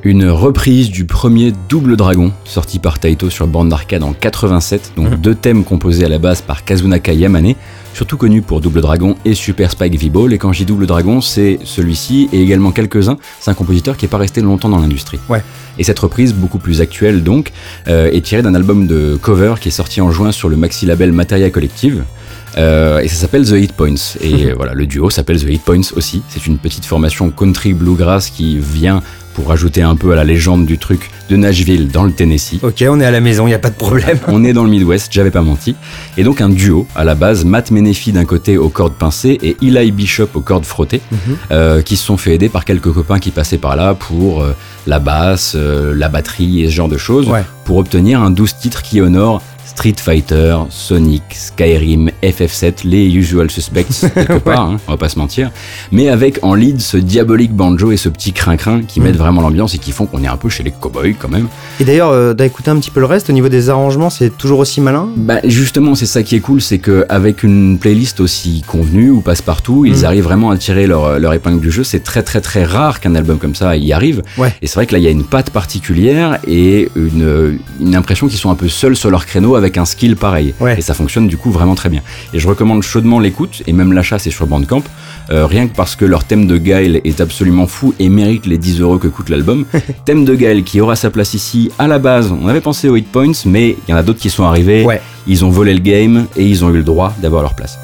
Une reprise du premier Double Dragon, sorti par Taito sur bande d'arcade en quatre-vingt-sept, donc mmh. deux thèmes composés à la base par Kazunaka Yamane, surtout connu pour Double Dragon et Super Spike V-Ball, et quand je dis Double Dragon, c'est celui-ci et également quelques-uns, c'est un compositeur qui n'est pas resté longtemps dans l'industrie. Ouais. Et cette reprise, beaucoup plus actuelle donc, euh, est tirée d'un album de cover qui est sorti en juin sur le maxi-label Materia Collective, euh, et ça s'appelle The Hit Points, et voilà, le duo s'appelle The Hit Points aussi, c'est une petite formation country bluegrass qui vient, pour rajouter un peu à la légende du truc, de Nashville dans le Tennessee. Ok, on est à la maison, il n'y a pas de problème. On est dans le Midwest, j'avais pas menti. Et donc un duo, à la base, Matt Menefee d'un côté aux cordes pincées et Eli Bishop aux cordes frottées, mm-hmm. euh, qui se sont fait aider par quelques copains qui passaient par là pour euh, la basse, euh, la batterie et ce genre de choses, ouais. pour obtenir un douze titres qui honore Street Fighter, Sonic, Skyrim, F F sept, les usual suspects, quelque part, ouais. hein, on va pas se mentir, mais avec en lead ce diabolique banjo et ce petit crin-crin qui mmh. mettent vraiment l'ambiance et qui font qu'on est un peu chez les cowboys quand même. Et d'ailleurs, euh, t'as écouté un petit peu le reste, au niveau des arrangements, c'est toujours aussi malin ? Bah justement, c'est ça qui est cool, c'est qu'avec une playlist aussi convenue ou passe-partout, mmh. ils arrivent vraiment à tirer leur, leur épingle du jeu. C'est très très très rare qu'un album comme ça y arrive, ouais. et c'est vrai que là il y a une patte particulière et une, une impression qu'ils sont un peu seuls sur leur créneau avec un skill pareil, ouais. et ça fonctionne du coup vraiment très bien. Et je recommande chaudement l'écoute, et même l'achat c'est sur Bandcamp, euh, rien que parce que leur thème de Guile est absolument fou et mérite les dix euros que coûte l'album. Thème de Guile qui aura sa place ici. À la base, on avait pensé aux Hit Points, mais il y en a d'autres qui sont arrivés, ouais. ils ont volé le game et ils ont eu le droit d'avoir leur place.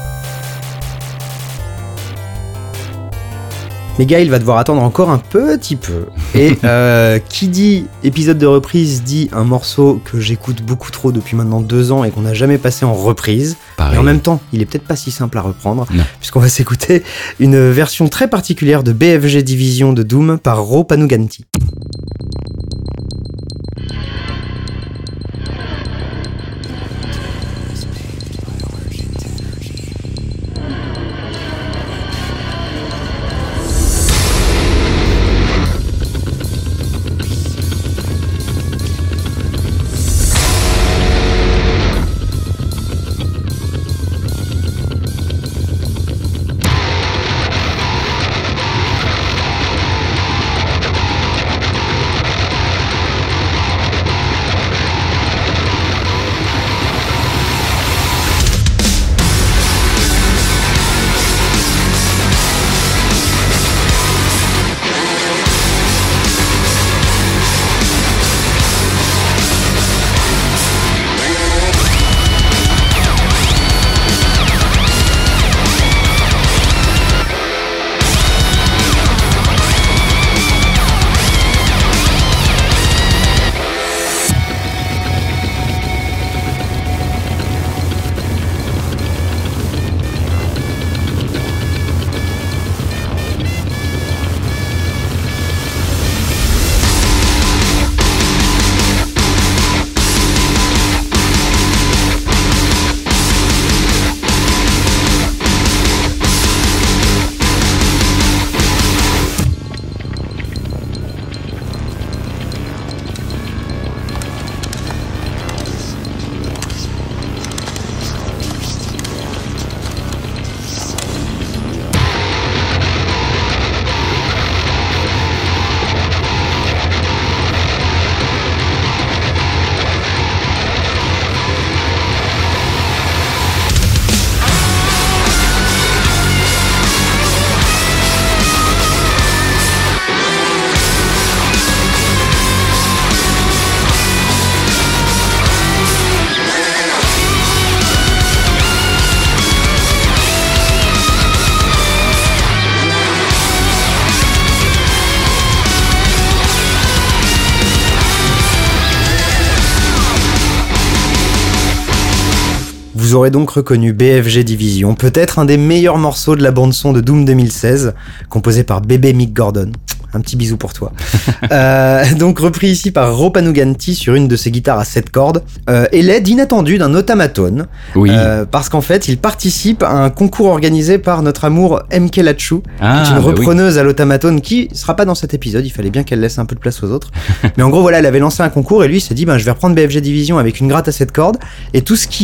Mais Guile va devoir attendre encore un petit peu. Et euh, qui dit épisode de reprise dit un morceau que j'écoute beaucoup trop depuis maintenant deux ans et qu'on n'a jamais passé en reprise. Pareil. Et en même temps, il est peut-être pas si simple à reprendre, non. puisqu'on va s'écouter une version très particulière de B F G Division de Doom par Ro Panuganti. Vous aurez donc reconnu B F G Division, peut-être un des meilleurs morceaux de la bande-son de Doom deux mille seize, composé par Bébé Mick Gordon. Un petit bisou pour toi. euh, donc repris ici par Ro Panuganti sur une de ses guitares à sept cordes, euh, et l'aide inattendue d'un automatone, oui. euh, parce qu'en fait il participe à un concours organisé par notre amour M K Lachu, ah, qui est une bah repreneuse oui. à l'automatone qui sera pas dans cet épisode, il fallait bien qu'elle laisse un peu de place aux autres. Mais en gros voilà, elle avait lancé un concours et lui il s'est dit ben, je vais reprendre B F G Division avec une gratte à sept cordes, et tout ce qui est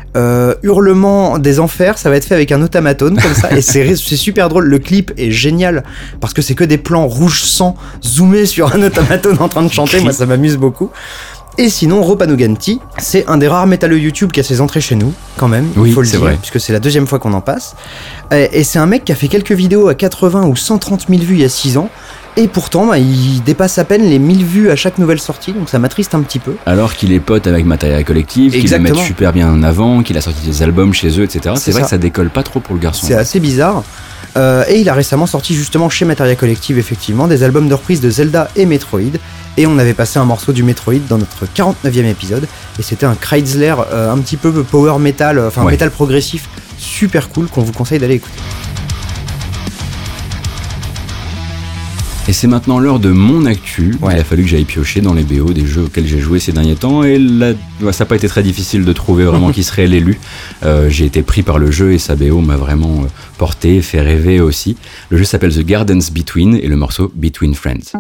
Euh, hurlement des enfers, ça va être fait avec un automaton comme ça, et c'est, c'est super drôle. Le clip est génial parce que c'est que des plans rouge sang zoomés sur un automaton en train de chanter. Moi, ça m'amuse beaucoup. Et sinon, Ropanuganti, c'est un des rares métalleux YouTube qui a ses entrées chez nous, quand même, oui, il faut le c'est dire, vrai. puisque c'est la deuxième fois qu'on en passe. Et, et c'est un mec qui a fait quelques vidéos à quatre-vingts ou cent trente mille vues il y a six ans, et pourtant, bah, il dépasse à peine les mille vues à chaque nouvelle sortie, donc ça m'attriste un petit peu. Alors qu'il est pote avec Materia Collective, qu'il le met super bien en avant, qu'il a sorti des albums chez eux, et cetera. C'est, c'est vrai ça. que ça décolle pas trop pour le garçon. C'est assez bizarre. Euh, et il a récemment sorti justement chez Materia Collective, effectivement, des albums de reprise de Zelda et Metroid. Et on avait passé un morceau du Metroid dans notre quarante-neuvième épisode. Et c'était un Chrysler euh, un petit peu power metal, enfin ouais. metal progressif, super cool, qu'on vous conseille d'aller écouter. Et c'est maintenant l'heure de mon actu. Ouais. Il a fallu que j'aille piocher dans les B O des jeux auxquels j'ai joué ces derniers temps. Et là, ça n'a pas été très difficile de trouver vraiment qui serait l'élu. Euh, j'ai été pris par le jeu et sa B O m'a vraiment porté, fait rêver aussi. Le jeu s'appelle The Gardens Between et le morceau Between Friends.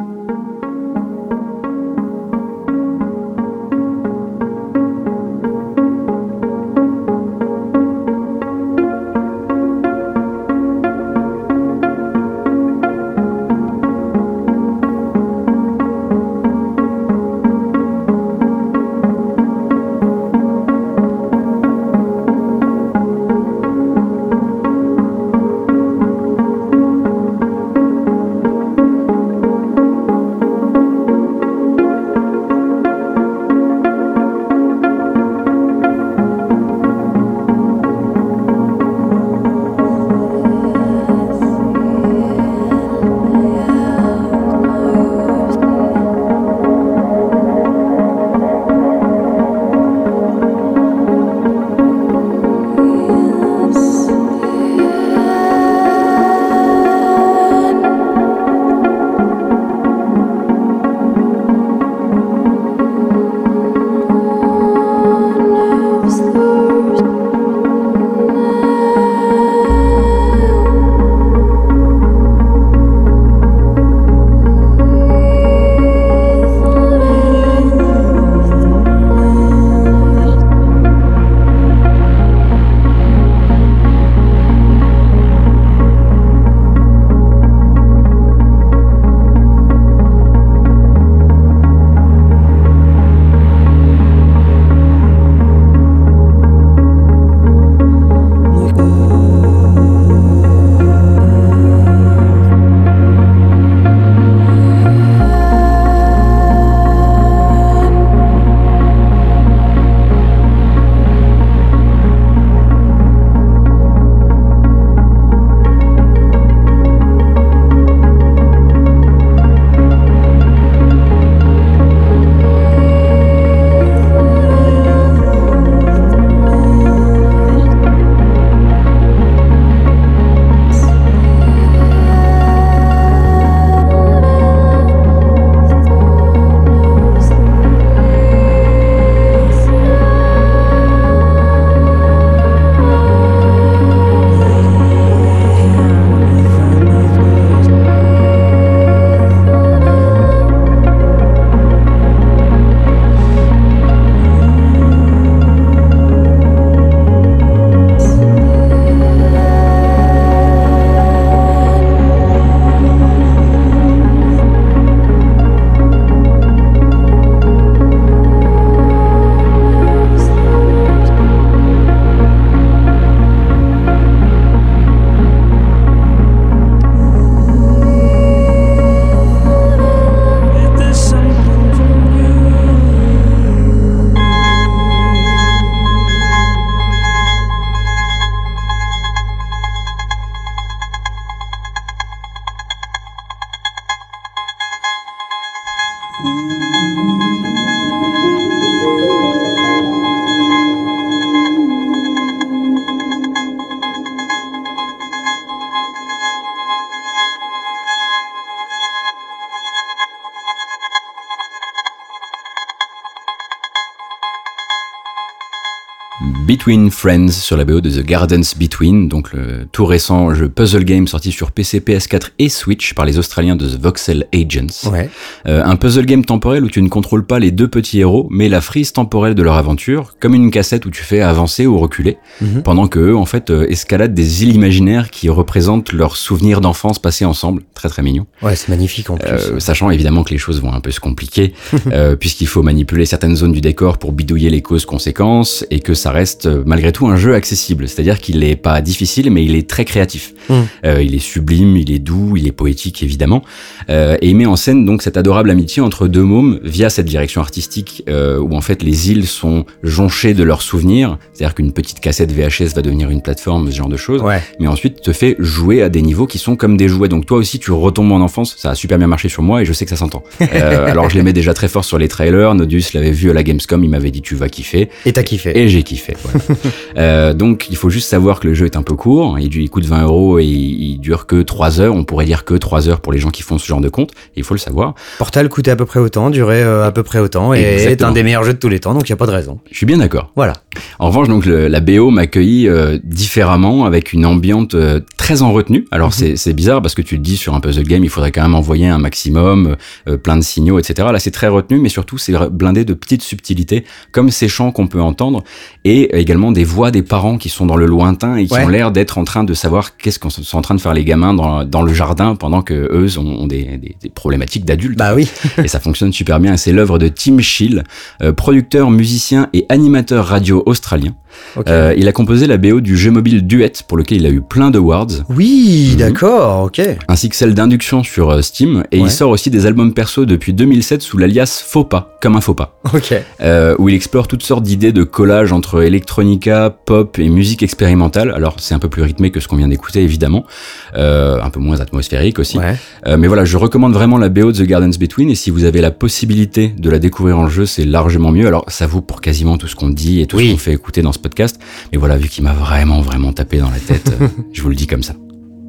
Between Friends sur la B O de The Gardens Between, donc le tout récent jeu puzzle game sorti sur P C, P S quatre et Switch par les Australiens de The Voxel Agents. Ouais. Euh, un puzzle game temporel où tu ne contrôles pas les deux petits héros, mais la frise temporelle de leur aventure, comme une cassette où tu fais avancer ou reculer, mm-hmm. pendant que eux, en fait, euh, escaladent des îles imaginaires qui représentent leurs souvenirs d'enfance passés ensemble. Très très mignon. Ouais, c'est magnifique en plus. Euh, sachant évidemment que les choses vont un peu se compliquer, euh, puisqu'il faut manipuler certaines zones du décor pour bidouiller les causes-conséquences, et que ça reste euh, malgré tout un jeu accessible. C'est-à-dire qu'il est pas difficile, mais il est très créatif. Mm. Euh, il est sublime, il est doux, il est poétique évidemment, euh, et il met en scène donc cette adorable amitié entre deux mômes via cette direction artistique euh, où en fait les îles sont jonchées de leurs souvenirs. C'est-à-dire qu'une petite cassette V H S va devenir une plateforme, ce genre de choses. Ouais. Mais ensuite te fait jouer à des niveaux qui sont comme des jouets. Donc toi aussi tu retombes en enfance. Ça a super bien marché sur moi et je sais que ça s'entend. Euh, alors je l'aimais déjà très fort sur les trailers. Nodius l'avait vu à la Gamescom, il m'avait dit tu vas kiffer. Et t'as kiffé. Et j'ai kiffé. Voilà. euh, donc il faut juste savoir que le jeu est un peu court. Il, il coûte vingt euros et il, il dure que trois heures. On pourrait dire que trois heures pour les gens qui font ce genre de compte. Il faut le savoir. Portal coûtait à peu près autant, durait euh, à peu près autant et Exactement. Est un des meilleurs jeux de tous les temps. Donc il y a pas de raison. Je suis bien d'accord. Voilà. En revanche, donc le, la B O m'accueillit euh, différemment, avec une ambiance euh, très en retenue. Alors mm-hmm. c'est, c'est bizarre parce que tu te dis sur un puzzle game, il faudrait quand même envoyer un maximum, euh, plein de signaux, et cetera. Là, c'est très retenu, mais surtout c'est blindé de petites subtilités, comme ces chants qu'on peut entendre, et également des voix des parents qui sont dans le lointain et qui ouais. ont l'air d'être en train de savoir qu'est-ce qu'on sont en train de faire les gamins dans, dans le jardin pendant que eux ont, ont des, des, des problématiques d'adultes. Bah oui. Et ça fonctionne super bien. Et c'est l'œuvre de Tim Schill, euh, producteur, musicien et animateur radio australien. Okay. Euh, il a composé la B O du jeu mobile Duet, pour lequel il a eu plein d'awards. Oui, mmh. d'accord, ok. Ainsi que celle d'induction sur euh, Steam. Et ouais. il sort aussi des albums perso depuis deux mille sept sous l'alias Faux Pas, comme un faux pas. Ok. Euh, où il explore toutes sortes d'idées de collage entre electronica, pop et musique expérimentale. Alors c'est un peu plus rythmé que ce qu'on vient d'écouter évidemment, euh, un peu moins atmosphérique aussi. Ouais. Euh, mais voilà, je recommande vraiment la B O de The Gardens Between, et si vous avez la possibilité de la découvrir en jeu, c'est largement mieux. Alors ça vaut pour quasiment tout ce qu'on dit et tout oui. ce qu'on fait écouter dans ce podcast. Mais voilà, vu qu'il m'a vraiment vraiment tapé dans la tête, euh, je vous le dis comme ça.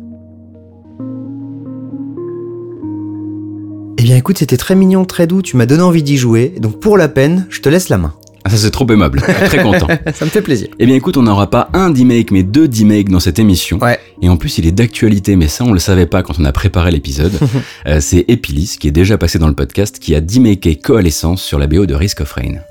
Eh bien écoute, c'était très mignon, très doux, tu m'as donné envie d'y jouer, donc pour la peine, je te laisse la main. Ah, ça c'est trop aimable, je suis très content. Ça me fait plaisir. Eh bien écoute, on n'aura pas un D-Make mais deux D-Make dans cette émission. Ouais. Et en plus il est d'actualité, mais ça on le savait pas quand on a préparé l'épisode. euh, c'est Epilis, qui est déjà passé dans le podcast, qui a D-Maké Coalescence sur la B O de Risk of Rain.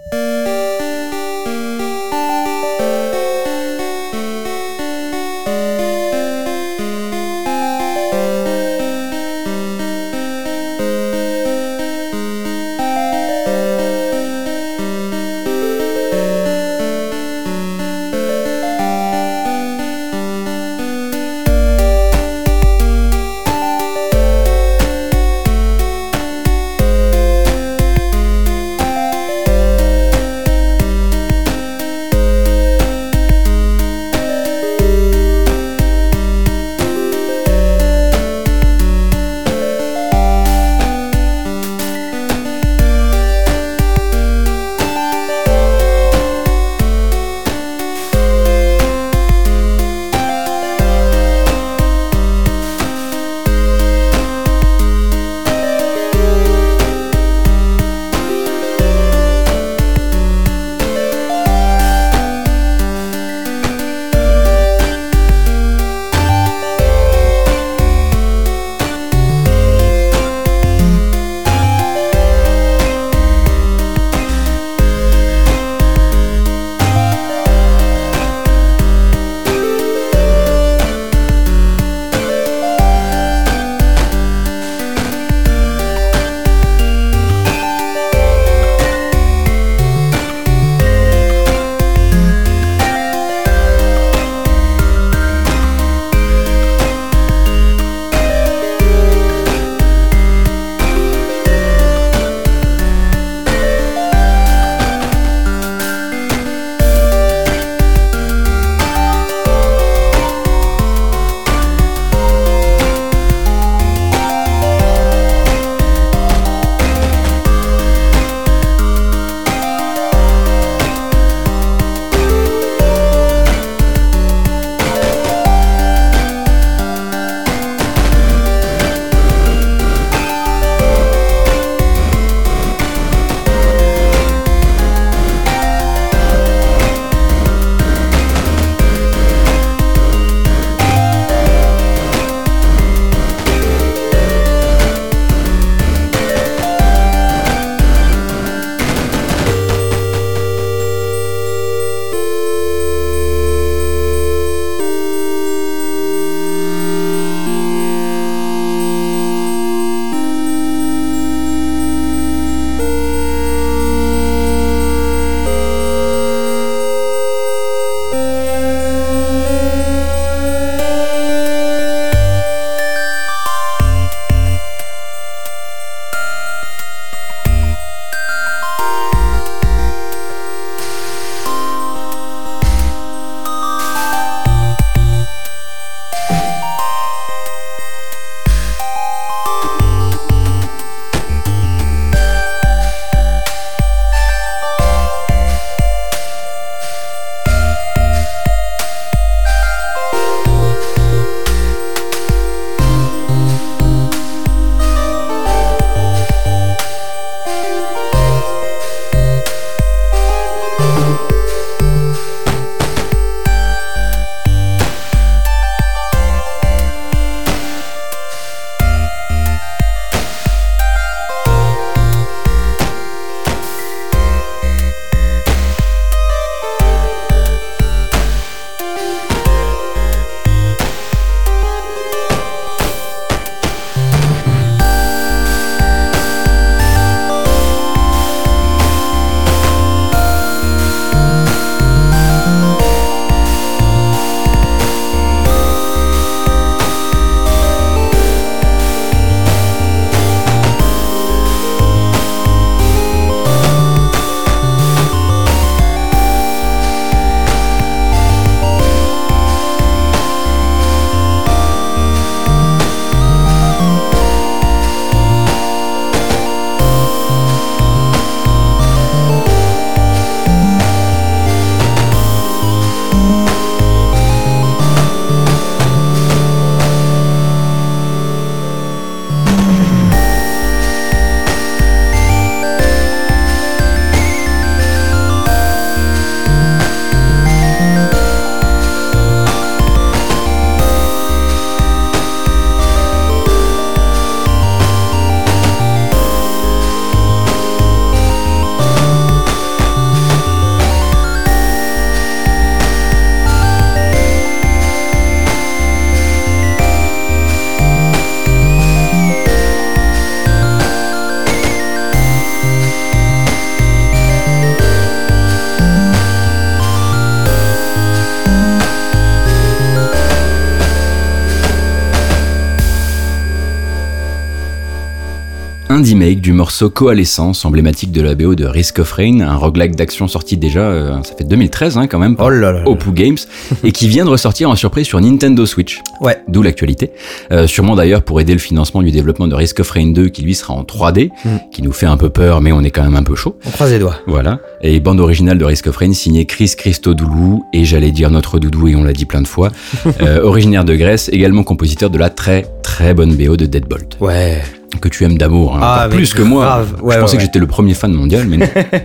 indie make du morceau Coalescence, emblématique de la B O de Risk of Rain, un roguelike d'action sorti déjà, euh, ça fait deux mille treize hein, quand même, par Oh là là là. Opus Games, et qui vient de ressortir en surprise sur Nintendo Switch. Ouais. D'où l'actualité. Euh, sûrement d'ailleurs pour aider le financement du développement de Risk of Rain deux, qui lui sera en trois D, Mm. qui nous fait un peu peur, mais on est quand même un peu chaud. On croise les doigts. Voilà. Et bande originale de Risk of Rain signée Chris Christodoulou, et j'allais dire notre doudou et on l'a dit plein de fois, euh, originaire de Grèce, également compositeur de la très très bonne B O de Deadbolt. Ouais. Que tu aimes d'amour, hein, Ah, encore mais plus que moi. grave. Ouais, je pensais ouais, que ouais. j'étais le premier fan mondial, mais non.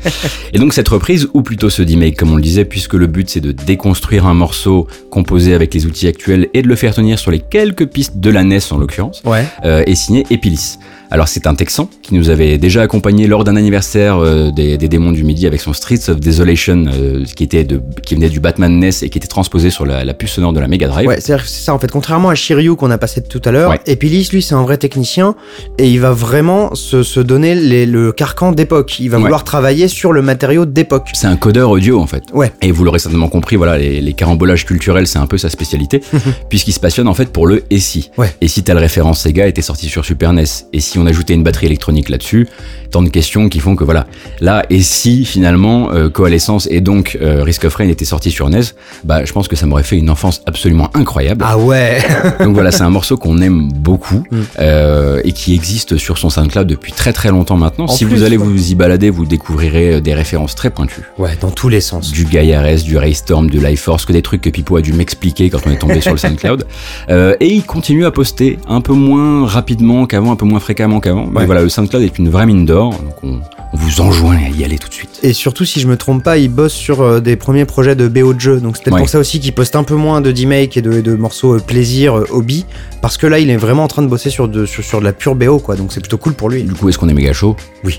Et donc cette reprise, ou plutôt ce remake, comme on le disait, puisque le but c'est de déconstruire un morceau composé avec les outils actuels et de le faire tenir sur les quelques pistes de la N E S en l'occurrence, Ouais. euh, est signé Epilis. Alors c'est un Texan qui nous avait déjà accompagné lors d'un anniversaire euh, des, des démons du midi avec son Streets of Desolation, euh, qui était de, qui venait du Batman N E S et qui était transposé sur la, la puce sonore de la Mega Drive. Ouais, c'est c'est ça en fait. Contrairement à Shiryu qu'on a passé tout à l'heure, Ouais. Epilis, lui, c'est un vrai technicien et il va vraiment se, se donner les, le carcan d'époque. Il va Ouais. vouloir travailler sur le matériau d'époque. C'est un codeur audio en fait. Ouais. Et vous l'aurez certainement compris, voilà, les, les carambolages culturels, c'est un peu sa spécialité, puisqu'il se passionne en fait pour le et si. Ouais. Et si telle référence Sega était sortie sur Super N E S, et si on ajoutait une batterie électronique là-dessus, tant de questions qui font que voilà, là, et si finalement euh, Coalescence et donc euh, Risk of Rain était sorti sur N E S, bah je pense que ça m'aurait fait une enfance absolument incroyable. Ah ouais. Donc voilà, c'est un morceau qu'on aime beaucoup Mm. euh, et qui existe sur son SoundCloud depuis très très longtemps maintenant. En si plus, vous allez ouais. vous y balader, vous découvrirez des références très pointues. Ouais, dans tous les sens. Du Gaia R S, du Raystorm, du Life Force, que des trucs que Pipo a dû m'expliquer quand on est tombé sur le SoundCloud. Euh, et il continue à poster un peu moins rapidement qu'avant, un peu moins fréquemment qu'avant. Mais Ouais. voilà, le SoundCloud est une vraie mine d'or, donc on, on vous enjoint à y aller tout de suite. Et surtout, si je me trompe pas, il bosse sur euh, des premiers projets de B O de jeu. Donc c'est peut-être Ouais. pour ça aussi qu'il poste un peu moins de D-Make et de, de morceaux euh, plaisir, euh, hobby. Parce que là, il est vraiment en train de bosser sur de, sur, sur de la pure B O, quoi. Donc c'est plutôt cool pour lui. Du coup, est-ce qu'on est méga chaud? Oui.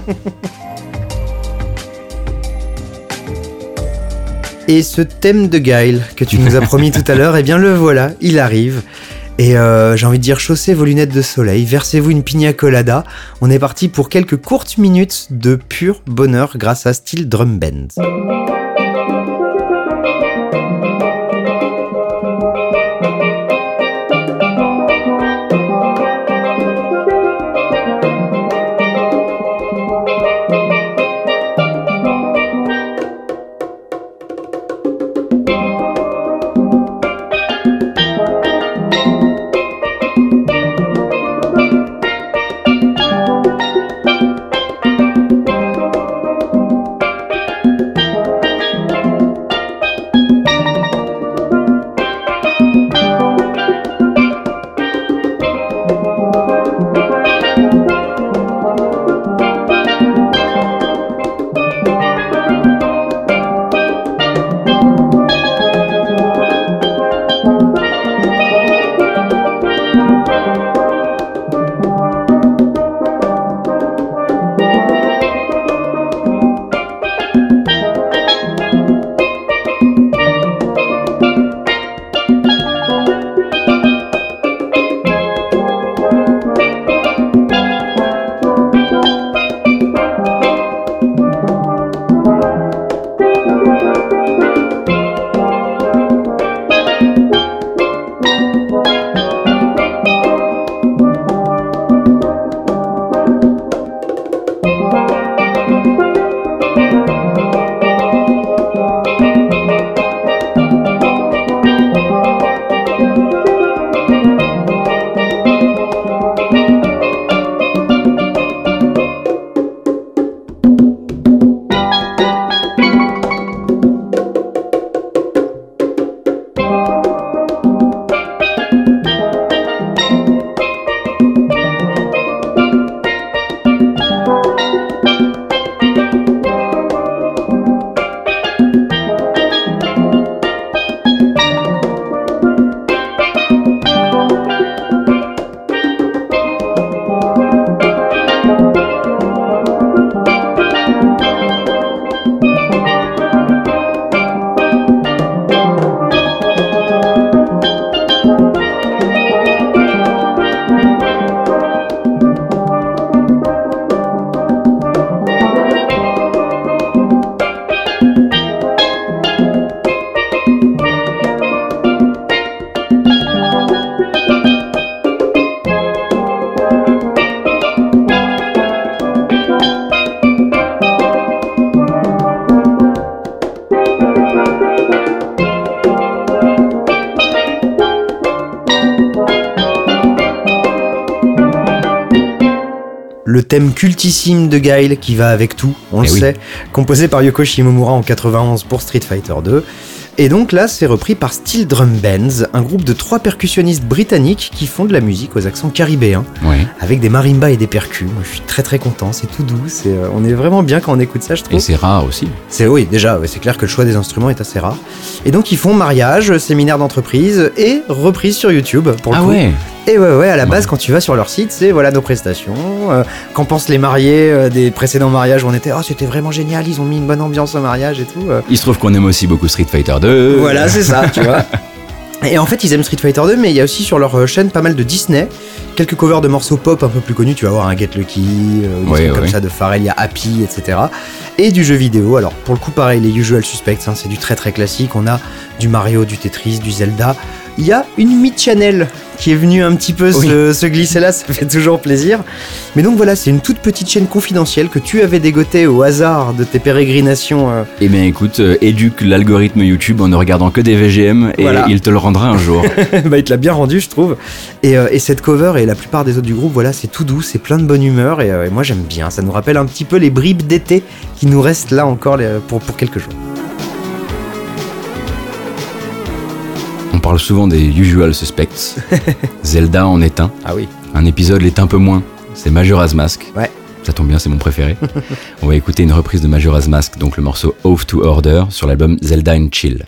Et ce thème de Guile que tu nous as promis tout à l'heure, eh bien le voilà, il arrive. Et euh, j'ai envie de dire, chaussez vos lunettes de soleil, versez-vous une pina colada. On est parti pour quelques courtes minutes de pur bonheur grâce à Steel Drum Band. le thème cultissime de Guile qui va avec tout, on Eh le oui. sait, composé par Yoko Shimomura en quatre-vingt-onze pour Street Fighter deux. Et donc là, c'est repris par Steel Drum Bands, un groupe de trois percussionnistes britanniques qui font de la musique aux accents caribéens, Ouais. avec des marimbas et des percus. Moi, je suis très très content, c'est tout doux, c'est, euh, on est vraiment bien quand on écoute ça, je trouve. Et c'est rare aussi. C'est oui, déjà, ouais, c'est clair que le choix des instruments est assez rare. Et donc ils font mariage, séminaire d'entreprise et reprise sur YouTube pour le Ah coup. ouais. Et ouais, ouais, à la Ouais. base, quand tu vas sur leur site, c'est voilà nos prestations. Euh, qu'en pensent les mariés euh, des précédents mariages où on était, oh, c'était vraiment génial, ils ont mis une bonne ambiance au mariage et tout. euh. Il se trouve qu'on aime aussi beaucoup Street Fighter deux. Voilà, c'est ça, tu vois. Et en fait, ils aiment Street Fighter deux, mais il y a aussi sur leur euh, chaîne pas mal de Disney, quelques covers de morceaux pop un peu plus connus. Tu vas voir un Get Lucky, euh, des Ouais, trucs comme ouais. ça de Pharrell, il y a Happy, et cetera. Et du jeu vidéo. Alors, pour le coup, pareil, les Usual Suspects, hein, c'est du très très classique. On a du Mario, du Tetris, du Zelda. Il y a une mid-channel qui est venue un petit peu Oui. se, se glisser là, ça fait toujours plaisir. Mais donc voilà, c'est une toute petite chaîne confidentielle que tu avais dégotée au hasard de tes pérégrinations. euh, Eh bien écoute, euh, éduque l'algorithme YouTube en ne regardant que des V G M et Voilà. il te le rendra un jour. bah, il te l'a bien rendu, je trouve. Et, euh, et cette cover et la plupart des autres du groupe, voilà, c'est tout doux, c'est plein de bonne humeur et, euh, et moi j'aime bien. Ça nous rappelle un petit peu les bribes d'été qui nous restent là encore les- pour, pour quelques jours. On parle souvent des Usual Suspects. Zelda en est un. Ah oui. Un épisode l'est un peu moins. C'est Majora's Mask. Ouais. Ça tombe bien, c'est mon préféré. On va écouter une reprise de Majora's Mask, donc le morceau Off to Order sur l'album Zelda and Chill.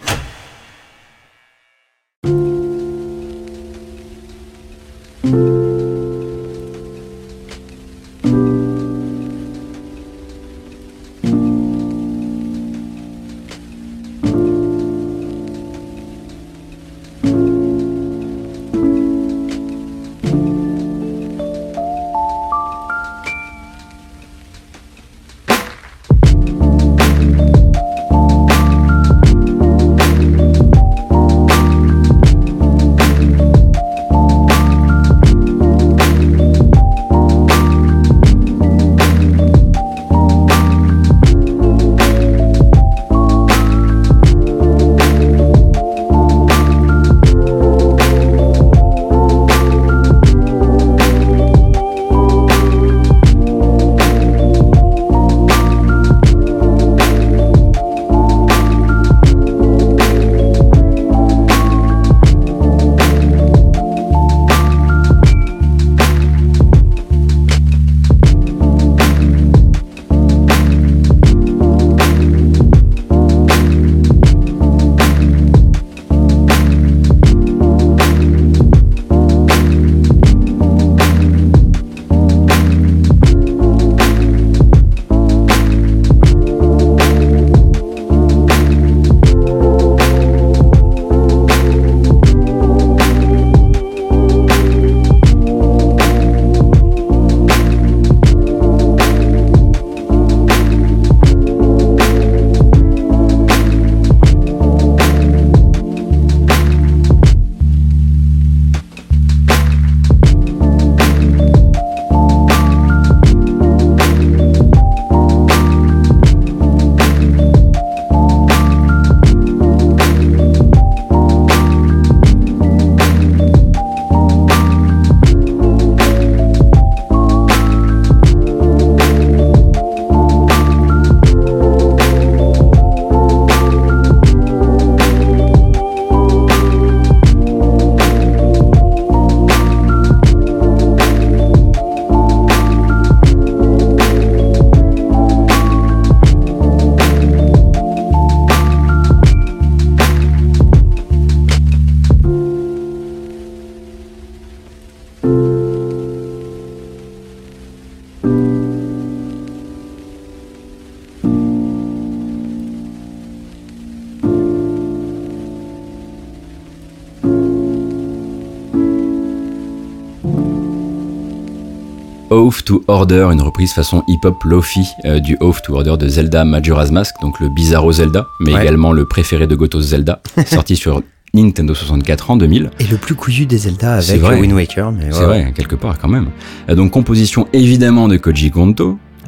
Off to Order, une reprise façon hip-hop lofi euh, du Off to Order de Zelda Majora's Mask, donc le bizarro Zelda, mais Ouais. également le préféré de Gotos Zelda, sorti sur Nintendo soixante-quatre en deux mille. Et le plus couillu des Zelda C'est avec vrai. euh, Wind Waker. Mais C'est ouais. vrai, quelque part quand même. Euh, donc composition évidemment de Koji Kondo,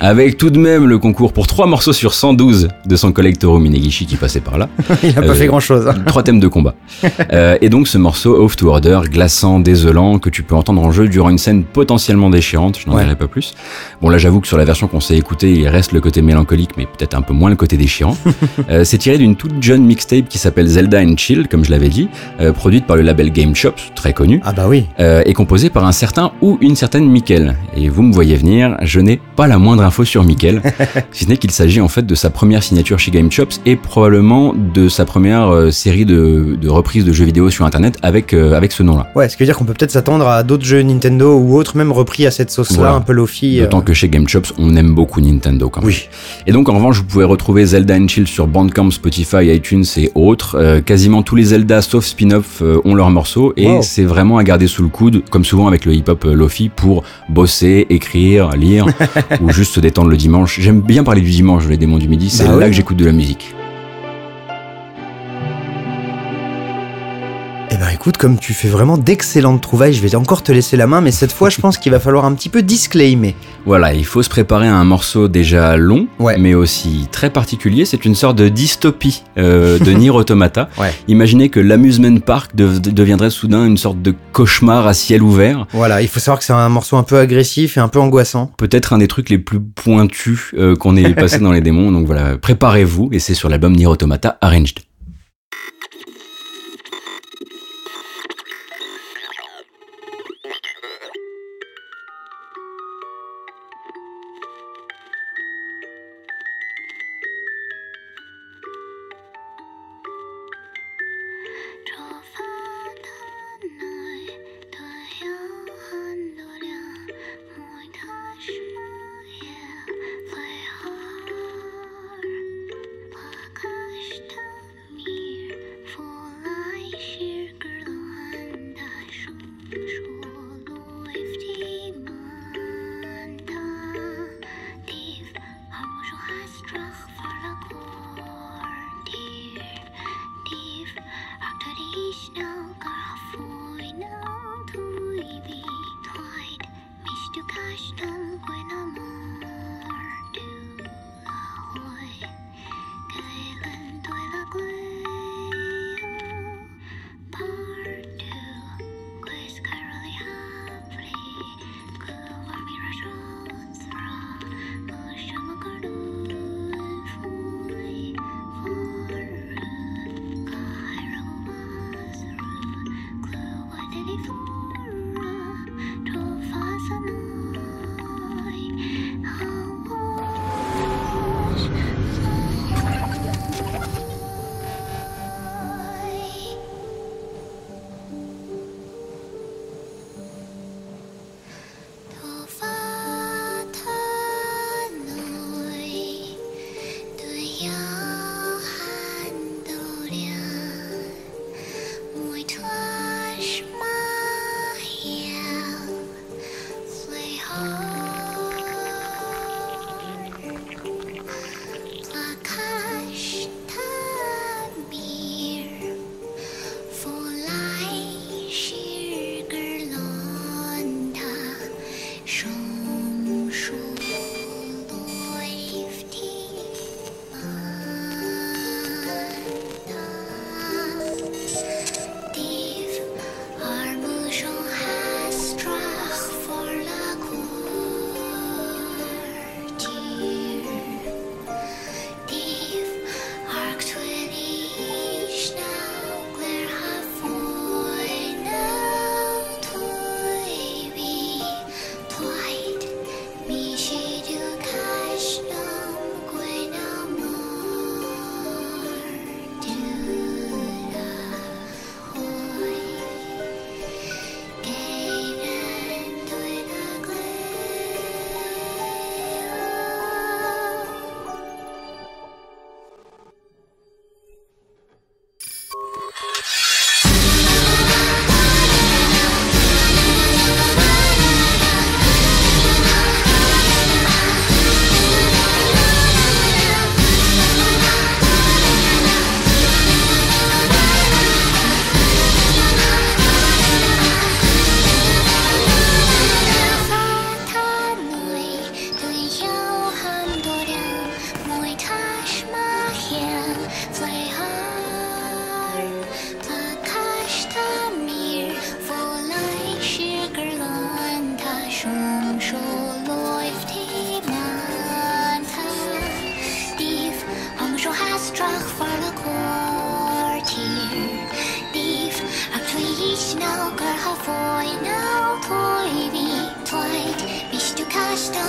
avec tout de même le concours pour trois morceaux sur cent douze de son collègue Toru Minegishi qui passait par là. Il a pas Euh, fait grand-chose. hein. Trois thèmes de combat. Euh, et donc ce morceau Off to Order, glaçant, désolant, que tu peux entendre en jeu durant une scène potentiellement déchirante, je n'en Ouais. dirai pas plus. Bon là j'avoue que sur la version qu'on s'est écoutée, il reste le côté mélancolique, mais peut-être un peu moins le côté déchirant. euh, c'est tiré d'une toute jeune mixtape qui s'appelle Zelda and Chill, comme je l'avais dit, euh, produite par le label Game Chops, très connu, Ah bah oui. euh, et composée par un certain ou une certaine Mikkel. Et vous me voyez venir, je n'ai pas la moindre info sur Mikkel, si ce n'est qu'il s'agit en fait de sa première signature chez Game Chops et probablement de sa première euh, série de, de reprises de jeux vidéo sur internet avec, euh, avec ce nom-là. Ouais, ce qui veut dire qu'on peut peut-être s'attendre à d'autres jeux Nintendo ou autres, même repris à cette sauce-là, Voilà. un peu lofi. euh. D'autant que chez Game Chops, on aime beaucoup Nintendo quand même. Oui. Et donc en revanche, vous pouvez retrouver Zelda and Chill sur Bandcamp, Spotify, iTunes et autres. Euh, quasiment tous les Zelda sauf spin-off euh, ont leurs morceaux et Wow. c'est vraiment à garder sous le coude, comme souvent avec le hip-hop euh, lofi, pour bosser, écrire, lire ou juste se détendre le dimanche. J'aime bien parler du dimanche, les démons du midi, c'est Bah là oui. que j'écoute de la musique. Eh ben écoute, comme tu fais vraiment d'excellentes trouvailles, je vais encore te laisser la main, mais cette fois je pense qu'il va falloir un petit peu disclaimer. Voilà, il faut se préparer à un morceau déjà long, Ouais. mais aussi très particulier. C'est une sorte de dystopie euh, de Nier Automata. Ouais. Imaginez que l'amusement park de- de- deviendrait soudain une sorte de cauchemar à ciel ouvert. Voilà, il faut savoir que c'est un morceau un peu agressif et un peu angoissant. Peut-être un des trucs les plus pointus euh, qu'on ait passé dans les démons. Donc voilà, préparez-vous, et c'est sur l'album Nier Automata Arranged.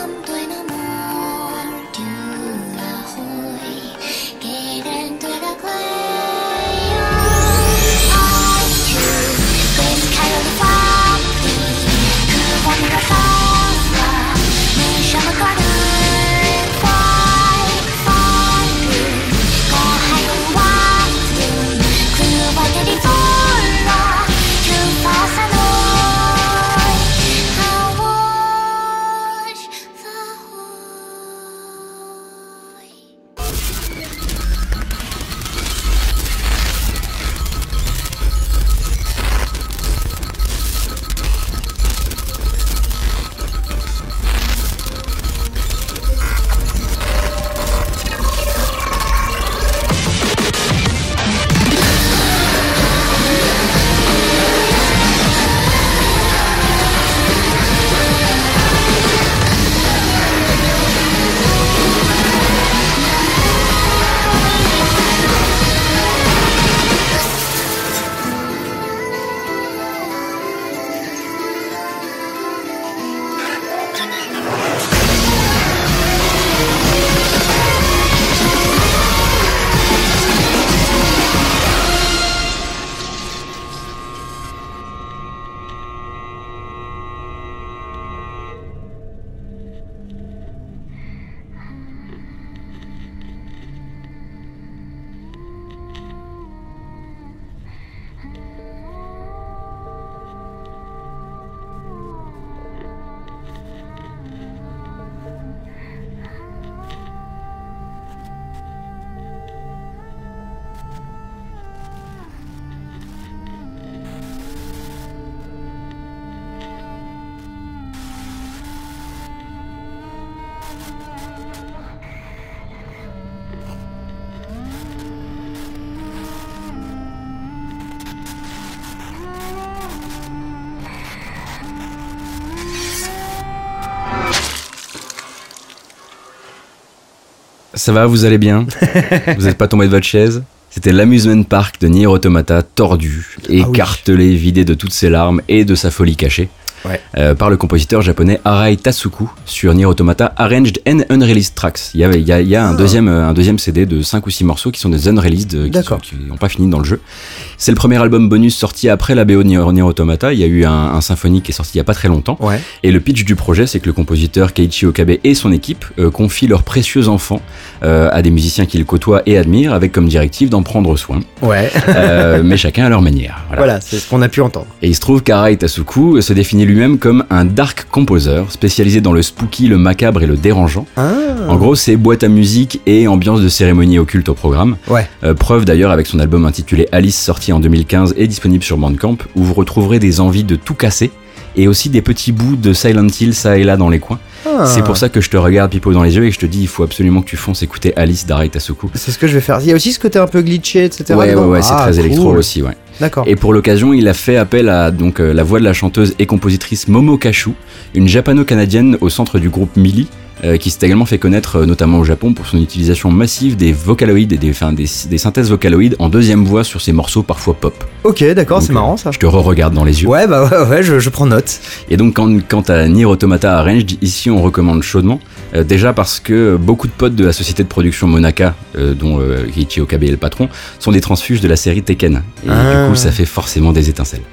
Ça va, vous allez bien? Vous n'êtes pas tombé de votre chaise? C'était l'amusement park de Nier Automata, tordu, écartelé, ah oui. vidé de toutes ses larmes et de sa folie cachée. Ouais. Euh, par le compositeur japonais Arai Tasuku sur Nier Automata Arranged and Unreleased Tracks. Il y a, il y a, il y a un, ah. deuxième, un deuxième C D de cinq ou six morceaux qui sont des unreleased, qui n'ont pas fini dans le jeu. C'est le premier album bonus sorti après la B O de Nier, Nier Automata. Il y a eu un, un symphonique qui est sorti il y a pas très longtemps. Ouais. Et le pitch du projet, c'est que le compositeur Keiichi Okabe et son équipe euh, confient leurs précieux enfants euh, à des musiciens qu'ils côtoient et admirent, avec comme directive d'en prendre soin. Ouais. euh, mais chacun à leur manière. Voilà, voilà c'est ce qu'on a pu entendre. Et il se trouve qu'Arai Tasuku se définit lui-même comme un dark composer, spécialisé dans le spooky, le macabre et le dérangeant. Ah. En gros, c'est boîte à musique et ambiance de cérémonie occulte au programme. Ouais. Euh, preuve d'ailleurs avec son album intitulé Alice, sorti en deux mille quinze et disponible sur Bandcamp, où vous retrouverez des envies de tout casser et aussi des petits bouts de Silent Hill ça et là dans les coins. Ah. C'est pour ça que je te regarde Pipo dans les yeux et que je te dis il faut absolument que tu fonces écouter Alice d'Arai Tasuku. C'est ce que je vais faire. Il y a aussi ce côté un peu glitché, et cetera. Ouais, ouais, ouais, ah, c'est très cool. Électro aussi, ouais. D'accord. Et pour l'occasion, il a fait appel à donc euh, la voix de la chanteuse et compositrice Momo Kashu, une japano-canadienne au centre du groupe Mili, euh, qui s'est également fait connaître euh, notamment au Japon pour son utilisation massive des vocaloïdes et des, enfin, des, des synthèses vocaloïdes en deuxième voix sur ses morceaux parfois pop. Ok, d'accord, donc, c'est marrant ça. Je te re-regarde dans les yeux. Ouais, bah ouais, ouais je, je prends note. Et donc, quand, quant à Nier Automata Arranged, ici on recommande chaudement. Euh, déjà parce que beaucoup de potes de la société de production Monaka, euh, dont euh, Keiichi Okabe est le patron, sont des transfuges de la série Tekken. Et ah. du coup, ça fait forcément des étincelles.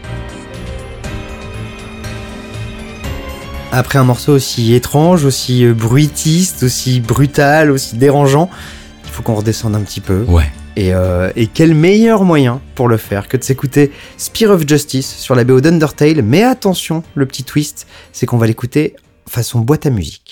Après un morceau aussi étrange, aussi bruitiste, aussi brutal, aussi dérangeant, il faut qu'on redescende un petit peu. Ouais. Et, euh, et quel meilleur moyen pour le faire que de s'écouter Spear of Justice sur la B O d'Undertale. Mais attention, le petit twist, c'est qu'on va l'écouter façon boîte à musique.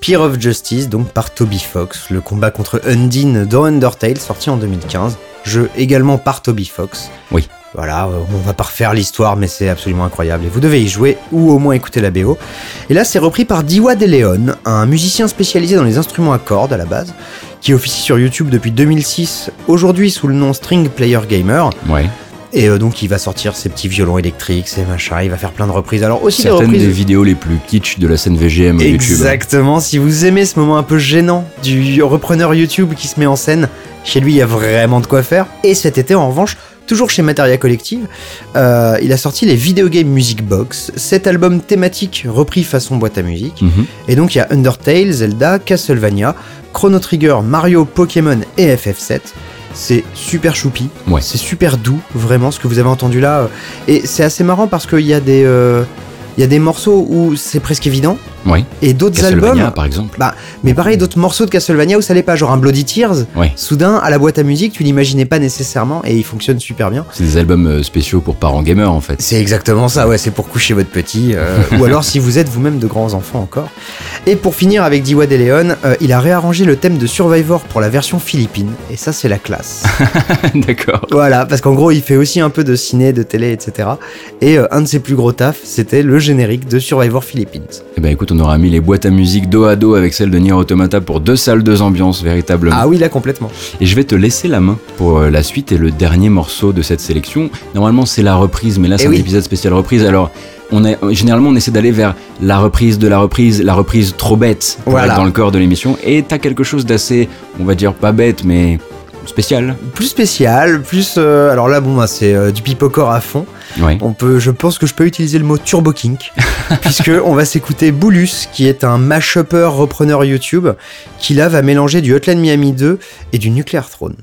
Spear of Justice, donc par Toby Fox, le combat contre Undine dans Undertale, sorti en deux mille quinze. Jeu également par Toby Fox. Oui. Voilà, on va pas refaire l'histoire, mais c'est absolument incroyable. Et vous devez y jouer, ou au moins écouter la B O. Et là, c'est repris par Diwa De Leon, un musicien spécialisé dans les instruments à cordes à la base, qui officie sur YouTube depuis deux mille six, aujourd'hui sous le nom String Player Gamer. Ouais. Et euh, donc il va sortir ses petits violons électriques, ses machins, il va faire plein de reprises. Alors aussi certaines des reprises... des vidéos les plus kitsch de la scène V G M YouTube. Exactement, si vous aimez ce moment un peu gênant du repreneur YouTube qui se met en scène, chez lui il y a vraiment de quoi faire. Et cet été en revanche, toujours chez Materia Collective, euh, il a sorti les Video Game Music Box, cet album thématique repris façon boîte à musique. Mm-hmm. Et donc il y a Undertale, Zelda, Castlevania, Chrono Trigger, Mario, Pokémon et F F sept. C'est super choupi, ouais. C'est super doux, vraiment, ce que vous avez entendu là. Et c'est assez marrant parce qu'il y a des, euh, il y a des morceaux où c'est presque évident. Oui. Et d'autres Castlevania, albums, par exemple. Bah, mais pareil, d'autres morceaux de Castlevania où ça l'est pas, genre un Bloody Tears. Oui. Soudain, à la boîte à musique, tu l'imaginais pas nécessairement et il fonctionne super bien. C'est des albums spéciaux pour parents gamers en fait. C'est exactement ça, ouais, c'est pour coucher votre petit, euh, ou alors si vous êtes vous-même de grands enfants encore. Et pour finir avec Diwa De Leon, euh, il a réarrangé le thème de Survivor pour la version philippine, et ça c'est la classe. D'accord. Voilà, parce qu'en gros il fait aussi un peu de ciné, de télé, et cetera. Et euh, un de ses plus gros tafs, c'était le générique de Survivor Philippines. Eh ben écoute, on aura mis les boîtes à musique dos à dos avec celle de Nier Automata pour deux salles, deux ambiances véritablement. Ah oui, là complètement. Et je vais te laisser la main pour la suite et le dernier morceau de cette sélection. Normalement c'est la reprise, mais là c'est et un oui. épisode spécial reprise. Alors on est, généralement on essaie d'aller vers la reprise de la reprise, la reprise trop bête pour voilà. être dans le corps de l'émission. Et t'as quelque chose d'assez, on va dire pas bête, mais spécial. Plus spécial, plus... Euh, alors là, bon, bah, c'est euh, du pipocore à fond. Oui. On peut, je pense que je peux utiliser le mot Turbo Kink, puisque on va s'écouter Boulus, qui est un mash-upper repreneur YouTube, qui là va mélanger du Hotline Miami deux et du Nuclear Throne.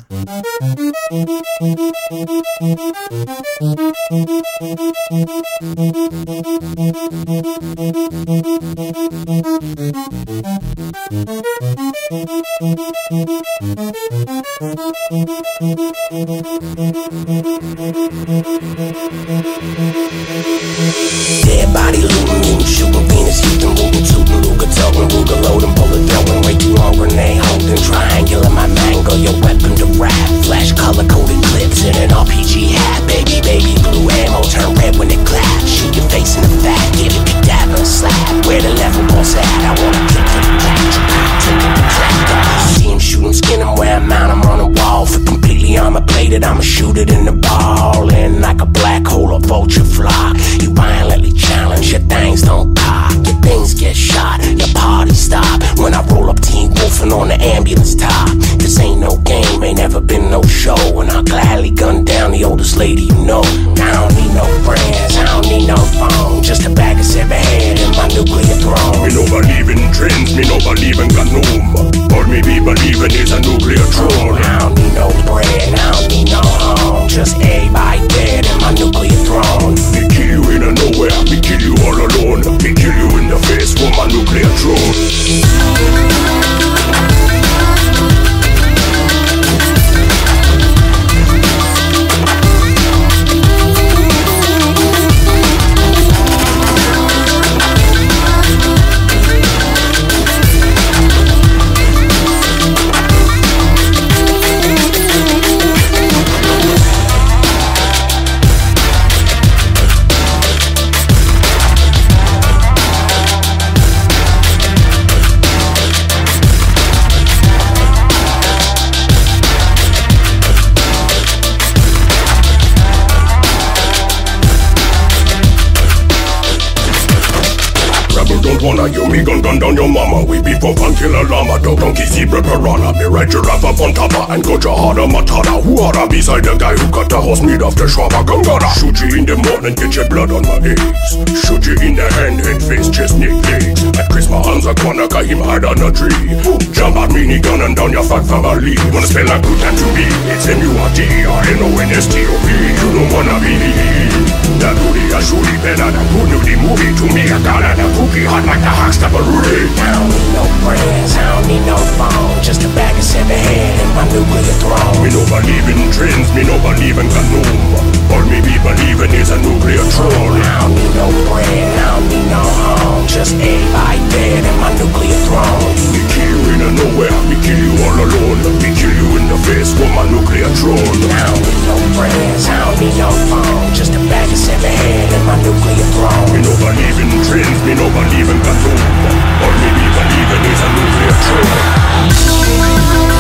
Dead body looting, looting, shooting, Venus, Houston, rootin', tootin', Luga, tuggin', Ruga, loadin', bullet throwin', way too long, grenade holding, triangular, my mango, your weapon to rap, flash color coded clips in an R P G hat, baby, baby, blue ammo, turn red when it claps, shoot your face in the back, give it cadaver and slap, where the level boss at, I wanna click for the crack, click for the crack, see him shoot him, skin him, where I'm out, I'm on the wall, for completely armor plated, I'ma shoot it in the ball, and like a black hole or vulture flock, you violently challenge, your things don't cock, your things get shot, your party stop, when I roll up Teen Wolfin' on the ambulance top, this ain't no game, ain't never been no show, and I'll gladly gun down the oldest lady you know, I don't need no friends, I don't need no phone, just a bag of seven head in my nuclear throne. Me no believe in trends, me no believe in gnome, all me be believing is a nuclear throne. I don't need no bread, I don't need no home, just everybody dead in my nuclear throne. Me kill you in a nowhere, me kill you all alone, me kill you in the face for my nuclear throne. Wanna you me gun gun down your mama. We beef up and kill a llama. Dog donkey zebra piranha. Me ride giraffe up on top and go jahada matata. Who are beside the guy who got the horse meat off the Schwaba Gangara? Shoot you in the morning, get your blood on my eggs. Shoot you in the hand, head, face, chest, neck, legs. At Christmas hands a corner, got him hide on a tree. Jump at mini gun and down your fat family. Wanna spell a good time to me? It's M U R T R N O N S T O P. You don't wanna be that booty, I shoot it better than good nudie movie. To me, I got a cookie hot like the Huxtable Rudy. I don't need no friends, I don't need no phone, just a bag of seven head in my nuclear throne. Me no believe in trends, me no believe in gnome, all me be believing is a nuclear throne. I don't need no bread, I don't need no home, just everybody dead in my nuclear throne. alone. Me kill you in the face from my nuclear drone. I don't need no friends, I don't need no phone. Just a bag of seven head and my nuclear throne. Me no believe in trains, me no believe in cartoon. All me be believing is a nuclear train.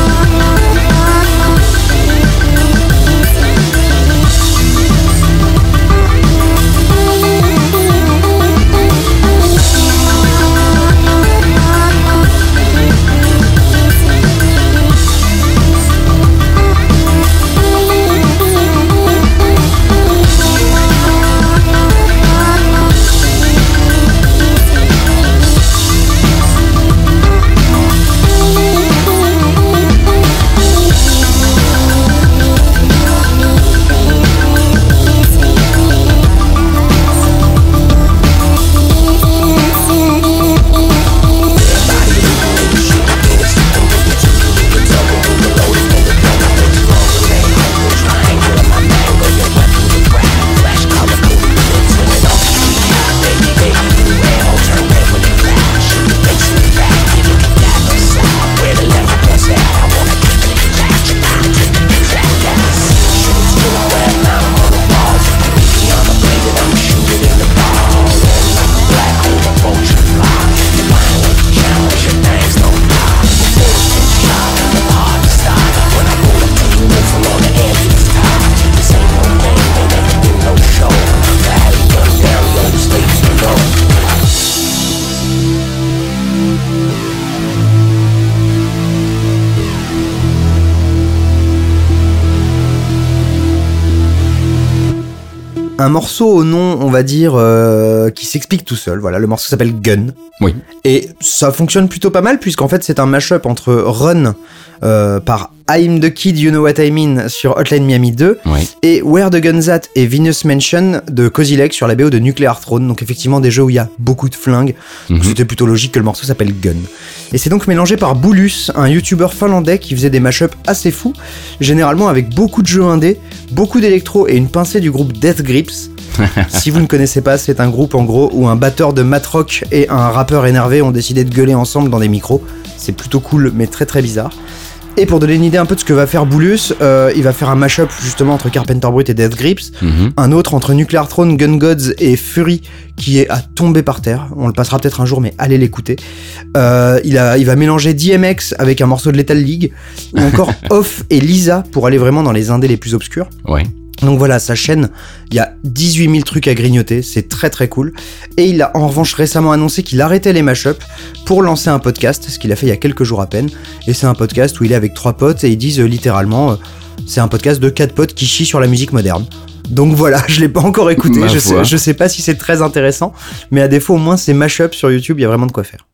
Un morceau au nom, on va dire, euh, qui s'explique tout seul. Voilà, le morceau s'appelle Gun. Oui. Et ça fonctionne plutôt pas mal, puisqu'en fait, c'est un mash-up entre Run euh, par I'm the Kid, You Know What I Mean sur Hotline Miami deux, Oui. et Where the Gun's At et Venus Mansion de Cozy Lake sur la B O de Nuclear Throne. Donc effectivement, des jeux où il y a beaucoup de flingues. Donc Mhm. c'était plutôt logique que le morceau s'appelle Gun. Et c'est donc mélangé par Boulus, un youtubeur finlandais qui faisait des mashups assez fous, généralement avec beaucoup de jeux indés, beaucoup d'électro et une pincée du groupe Death Grips. Si vous ne connaissez pas, c'est un groupe en gros où un batteur de mat rock et un rappeur énervé ont décidé de gueuler ensemble dans des micros. C'est plutôt cool mais très très bizarre. Et pour donner une idée un peu de ce que va faire Boulus, euh, il va faire un mashup justement entre Carpenter Brut et Death Grips, Mhm. un autre entre Nuclear Throne, Gun Gods et Fury qui est à tomber par terre. On le passera peut-être un jour, mais allez l'écouter. Euh, il, a, il va mélanger D M X avec un morceau de Lethal League, ou encore Off et Lisa pour aller vraiment dans les indés les plus obscurs. Ouais. Donc voilà, sa chaîne, il y a dix-huit mille trucs à grignoter, c'est très très cool. Et il a en revanche récemment annoncé qu'il arrêtait les mashups pour lancer un podcast, ce qu'il a fait il y a quelques jours à peine. Et c'est un podcast où il est avec trois potes et ils disent euh, littéralement, euh, c'est un podcast de quatre potes qui chient sur la musique moderne. Donc voilà, je l'ai pas encore écouté, Ma je foi. sais, je sais pas si c'est très intéressant, mais à défaut au moins c'est mashup sur YouTube, il y a vraiment de quoi faire.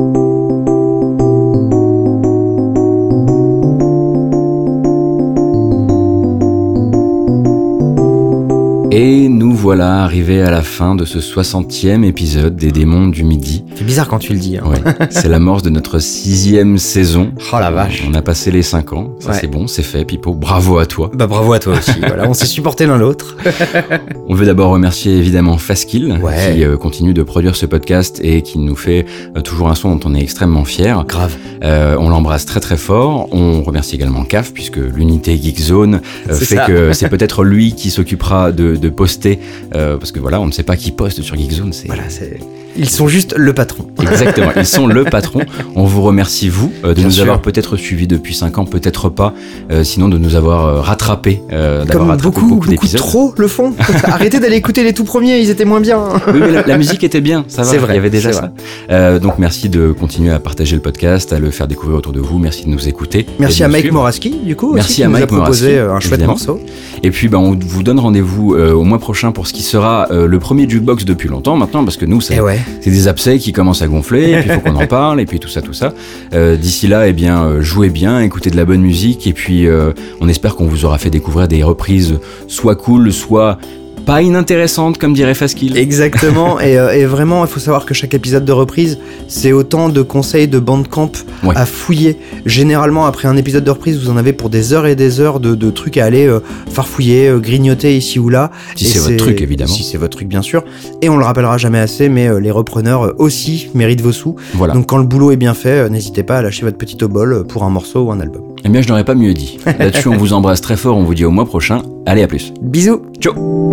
Et nous voilà arrivés à la fin de ce soixantième épisode des Démons du Midi. C'est bizarre quand tu le dis. Hein. Ouais, c'est l'amorce de notre sixième saison. Oh la vache. On a passé les cinq ans, ça Ouais. c'est bon, c'est fait, Pipo, bravo à toi. Bah bravo à toi aussi, voilà, on s'est supporté l'un l'autre. On veut d'abord remercier évidemment Faskill, Ouais. qui euh, continue de produire ce podcast et qui nous fait euh, toujours un son dont on est extrêmement fier. Grave. Euh, on l'embrasse très très fort. On remercie également C A F, puisque l'unité Geek Zone euh, C'est fait ça. que c'est peut-être lui qui s'occupera de, de poster, euh, parce que voilà, on ne sait pas qui poste sur Geek Zone. C'est... Voilà, c'est... Ils sont juste le patron. Exactement, ils sont le patron. On vous remercie, vous, euh, de Bien nous sûr. avoir peut-être suivis depuis cinq ans, peut-être pas, euh, sinon de nous avoir euh, rattrapés, euh, d'avoir Comme rattrapé beaucoup, beaucoup, beaucoup d'épisodes. trop le font. Arrêtez d'aller écouter les tout premiers, ils étaient moins bien. Oui, mais la, la musique était bien, ça va, C'est vrai, il y avait déjà c'est ça. Euh, donc merci de continuer à partager le podcast, à le faire découvrir autour de vous, merci de nous écouter. Merci et de à nous Mike suivre. Moraski, du coup, Merci aussi, qui à nous Mike a proposé Moraski, euh, un chouette évidemment. morceau. Et puis bah, on vous donne rendez-vous euh, au mois prochain pour ce qui sera euh, le premier jukebox depuis longtemps maintenant, parce que nous, c'est, Et ouais. c'est des abcès qui commencent à gonfler, et puis il faut qu'on en parle, et puis tout ça, tout ça. Euh, d'ici là, eh bien, euh, jouez bien, écoutez de la bonne musique, et puis euh, on espère qu'on vous aura fait découvrir des reprises soit cool, soit pas inintéressante, comme dirait Faskill. Exactement, et, euh, et vraiment, il faut savoir que chaque épisode de reprise, c'est autant de conseils de Bandcamp Ouais. à fouiller. Généralement, après un épisode de reprise, vous en avez pour des heures et des heures de, de trucs à aller euh, farfouiller, euh, grignoter ici ou là. Si Et c'est votre truc, évidemment. Si c'est votre truc, bien sûr. Et on le rappellera jamais assez, mais euh, les repreneurs euh, aussi méritent vos sous. Voilà. Donc quand le boulot est bien fait, euh, n'hésitez pas à lâcher votre petit obol euh, pour un morceau ou un album. Eh bien, je n'aurais pas mieux dit. Là-dessus, on vous embrasse très fort, on vous dit au mois prochain. Allez, à plus. Bisous. Ciao.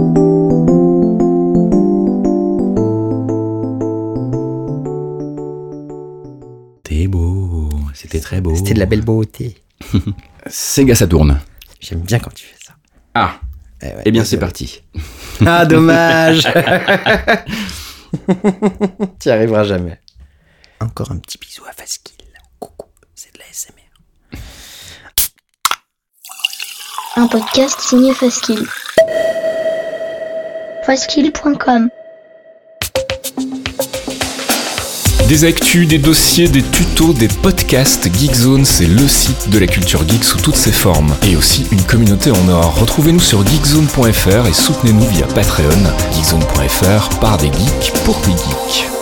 T'es beau, c'était très beau. C'était de la belle beauté. Sega Saturn. J'aime bien quand tu fais ça. Ah, Eh, ouais, eh bien c'est désolé. parti. Ah, dommage. Tu y arriveras jamais. Encore un petit bisou à Faskill. Coucou, c'est de la S M R. Un podcast signé Faskill. Faskill point com. Des actus, des dossiers, des tutos, des podcasts, Geekzone, c'est le site de la culture geek sous toutes ses formes. Et aussi une communauté en or. Retrouvez-nous sur geekzone point f r et soutenez-nous via Patreon. geekzone point f r par des geeks pour des geeks.